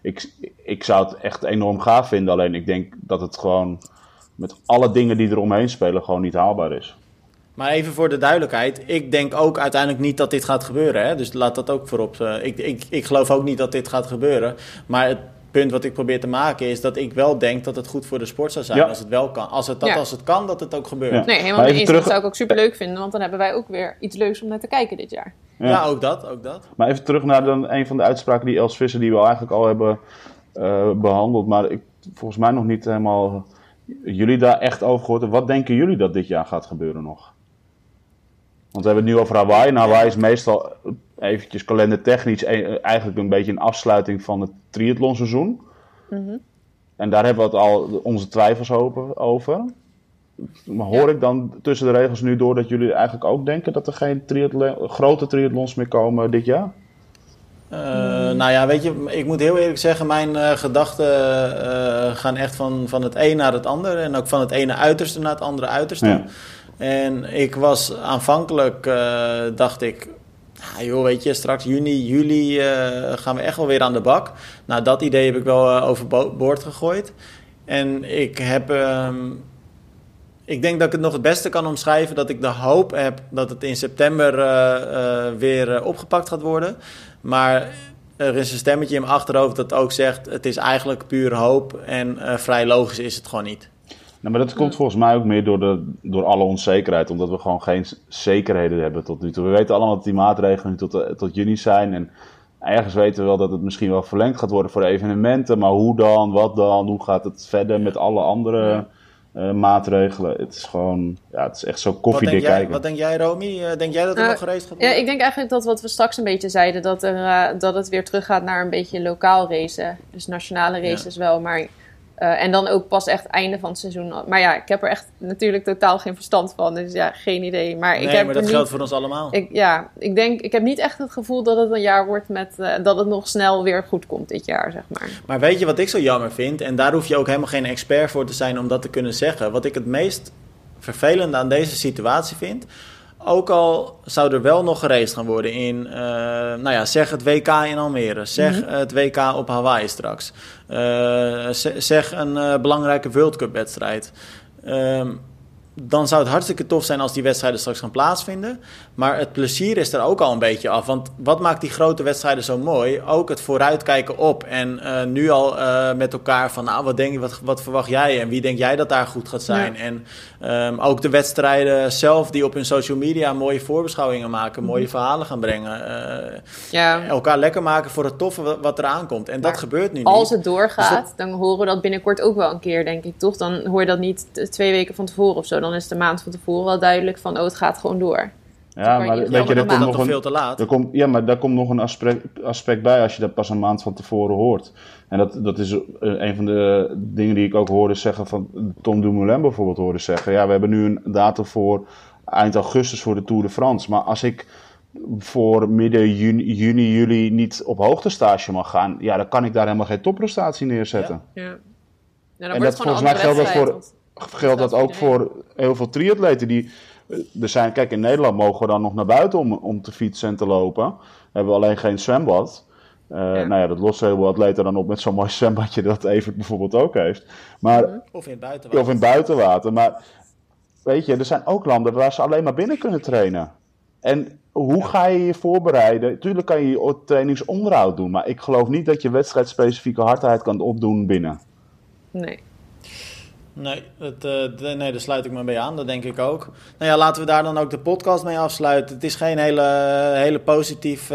ik zou het echt enorm gaaf vinden. Alleen ik denk dat het gewoon... met alle dingen die er omheen spelen gewoon niet haalbaar is. Maar even voor de duidelijkheid, ik denk ook uiteindelijk niet dat dit gaat gebeuren. Hè? Dus laat dat ook voorop. Ik geloof ook niet dat dit gaat gebeuren. Maar het punt wat ik probeer te maken is dat ik wel denk dat het goed voor de sport zou zijn als het wel kan. Als het kan, dat het ook gebeurt. Ja. Nee, helemaal niet eens. Dat zou ik ook superleuk vinden, want dan hebben wij ook weer iets leuks om naar te kijken dit jaar. Ja, ook dat. Maar even terug naar een van de uitspraken die Els Visser, die we eigenlijk al hebben behandeld. Maar volgens mij nog niet helemaal... jullie daar echt over gehoord. Wat denken jullie dat dit jaar gaat gebeuren nog? Want we hebben het nu over Hawaii. En Hawaii is meestal eventjes kalendertechnisch eigenlijk een beetje een afsluiting van het triathlonseizoen. Mm-hmm. En daar hebben we het al onze twijfels over. Maar hoor ik dan tussen de regels nu door dat jullie eigenlijk ook denken dat er geen grote triathlons meer komen dit jaar? Nou ja, weet je, ik moet heel eerlijk zeggen, mijn gedachten gaan echt van het een naar het andere. En ook van het ene uiterste naar het andere uiterste. Ja. En ik was aanvankelijk, dacht ik, nou joh, weet je, straks juni, juli gaan we echt wel weer aan de bak. Nou, dat idee heb ik wel overboord gegooid. En ik denk dat ik het nog het beste kan omschrijven, dat ik de hoop heb dat het in september weer opgepakt gaat worden. Maar er is een stemmetje in mijn achterhoofd dat ook zegt, het is eigenlijk puur hoop en vrij logisch is het gewoon niet. Nou, maar dat komt volgens mij ook meer door alle onzekerheid, omdat we gewoon geen zekerheden hebben tot nu toe. We weten allemaal dat die maatregelen nu tot juni zijn en ergens weten we wel dat het misschien wel verlengd gaat worden voor de evenementen, maar hoe dan, wat dan, hoe gaat het verder met alle andere maatregelen? Het is gewoon, het is echt zo koffiedik kijken. Wat denk jij, Romy? Denk jij dat er nog gereisd gaat worden? Ja, ik denk eigenlijk dat wat we straks een beetje zeiden, dat het weer teruggaat naar een beetje lokaal racen. Dus nationale races wel, maar... en dan ook pas echt einde van het seizoen. Maar ja, ik heb er echt natuurlijk totaal geen verstand van. Dus ja, geen idee. Maar dat geldt voor ons allemaal. Ik heb niet echt het gevoel dat het een jaar wordt dat het nog snel weer goed komt dit jaar, zeg maar. Maar weet je wat ik zo jammer vind? En daar hoef je ook helemaal geen expert voor te zijn om dat te kunnen zeggen. Wat ik het meest vervelende aan deze situatie vind... Ook al zou er wel nog geraced gaan worden in, zeg het WK in Almere. Zeg het WK op Hawaii straks. Zeg een belangrijke World Cup wedstrijd. dan zou het hartstikke tof zijn als die wedstrijden straks gaan plaatsvinden. Maar het plezier is er ook al een beetje af. Want wat maakt die grote wedstrijden zo mooi? Ook het vooruitkijken op. En nu al met elkaar van, nou, wat verwacht jij? En wie denk jij dat daar goed gaat zijn? Ja. En ook de wedstrijden zelf die op hun social media mooie voorbeschouwingen maken. Mooie verhalen gaan brengen. Elkaar lekker maken voor het toffe wat eraan komt. En dat gebeurt nu niet. Als het doorgaat, dus dan horen we dat binnenkort ook wel een keer, denk ik, toch? Dan hoor je dat niet 2 weken van tevoren of zo. Dan is de maand van tevoren wel duidelijk van, het gaat gewoon door. Ja, maar weet je, dat komt nog veel te laat. Maar daar komt nog een aspect bij als je dat pas een maand van tevoren hoort. En dat is een van de dingen die ik ook hoorde zeggen van Tom Dumoulin bijvoorbeeld hoorde zeggen. Ja, we hebben nu een datum voor eind augustus voor de Tour de France. Maar als ik voor midden juni, juli niet op hoogtestage mag gaan, ja, dan kan ik daar helemaal geen topprestatie neerzetten. Ja. En dat volgens mij geldt dat ook voor heel veel triatleten die er zijn. Kijk, in Nederland mogen we dan nog naar buiten om te fietsen en te lopen. Hebben we alleen geen zwembad. Nou ja, dat lost heel veel atleten dan op met zo'n mooi zwembadje dat Evert bijvoorbeeld ook heeft. Maar, of in het buitenwater. Of in buitenwater. Maar weet je, er zijn ook landen waar ze alleen maar binnen kunnen trainen. En hoe ga je je voorbereiden? Tuurlijk kan je trainingsonderhoud doen. Maar ik geloof niet dat je wedstrijdspecifieke hardheid kan opdoen binnen. Nee. Nee, daar sluit ik me bij aan. Dat denk ik ook. Nou ja, laten we daar dan ook de podcast mee afsluiten. Het is geen hele positief...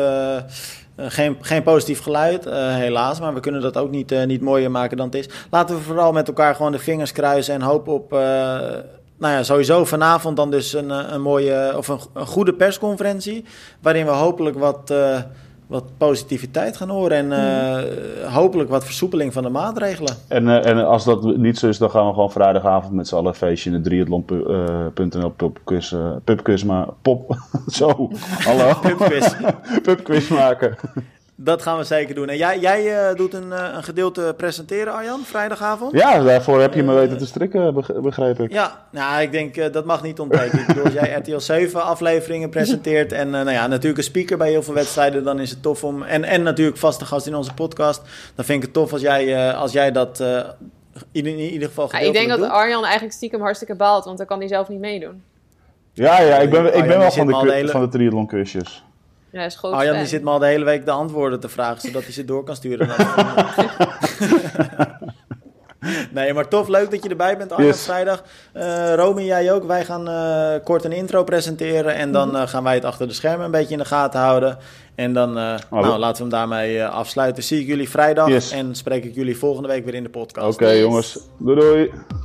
Geen positief geluid, helaas. Maar we kunnen dat ook niet mooier maken dan het is. Laten we vooral met elkaar gewoon de vingers kruisen en hopen op... nou ja, sowieso vanavond dan dus een mooie of een goede persconferentie. Waarin we hopelijk wat positiviteit gaan horen. En hopelijk wat versoepeling van de maatregelen. En als dat niet zo is, dan gaan we gewoon vrijdagavond met z'n allen een feestje in de triathlon.nl pubquiz Hallo. Pubquiz maken. Dat gaan we zeker doen. En jij doet een gedeelte presenteren, Arjan, vrijdagavond? Ja, daarvoor heb je me weten te strikken, begreep ik. Ja, nou, ik denk dat mag niet ontbreken. Ik bedoel, als jij RTL 7 afleveringen presenteert en nou ja, natuurlijk een speaker bij heel veel wedstrijden, dan is het tof om... En natuurlijk vaste gast in onze podcast. Dan vind ik het tof als jij dat in ieder geval gedeeltelijk doet. Ik denk dat doet. Arjan eigenlijk stiekem hartstikke baalt, want dan kan hij zelf niet meedoen. Ja, ik ben wel van de triathlon-cursus. Ja, is groot Arjan fan. die zit me al de hele week de antwoorden te vragen, zodat hij ze door kan sturen. Nee, maar tof, leuk dat je erbij bent, Arjan, vrijdag. Romy, jij ook. Wij gaan kort een intro presenteren en dan gaan wij het achter de schermen een beetje in de gaten houden. En dan laten we hem daarmee afsluiten. Zie ik jullie vrijdag en spreek ik jullie volgende week weer in de podcast. Oké, jongens. Doei.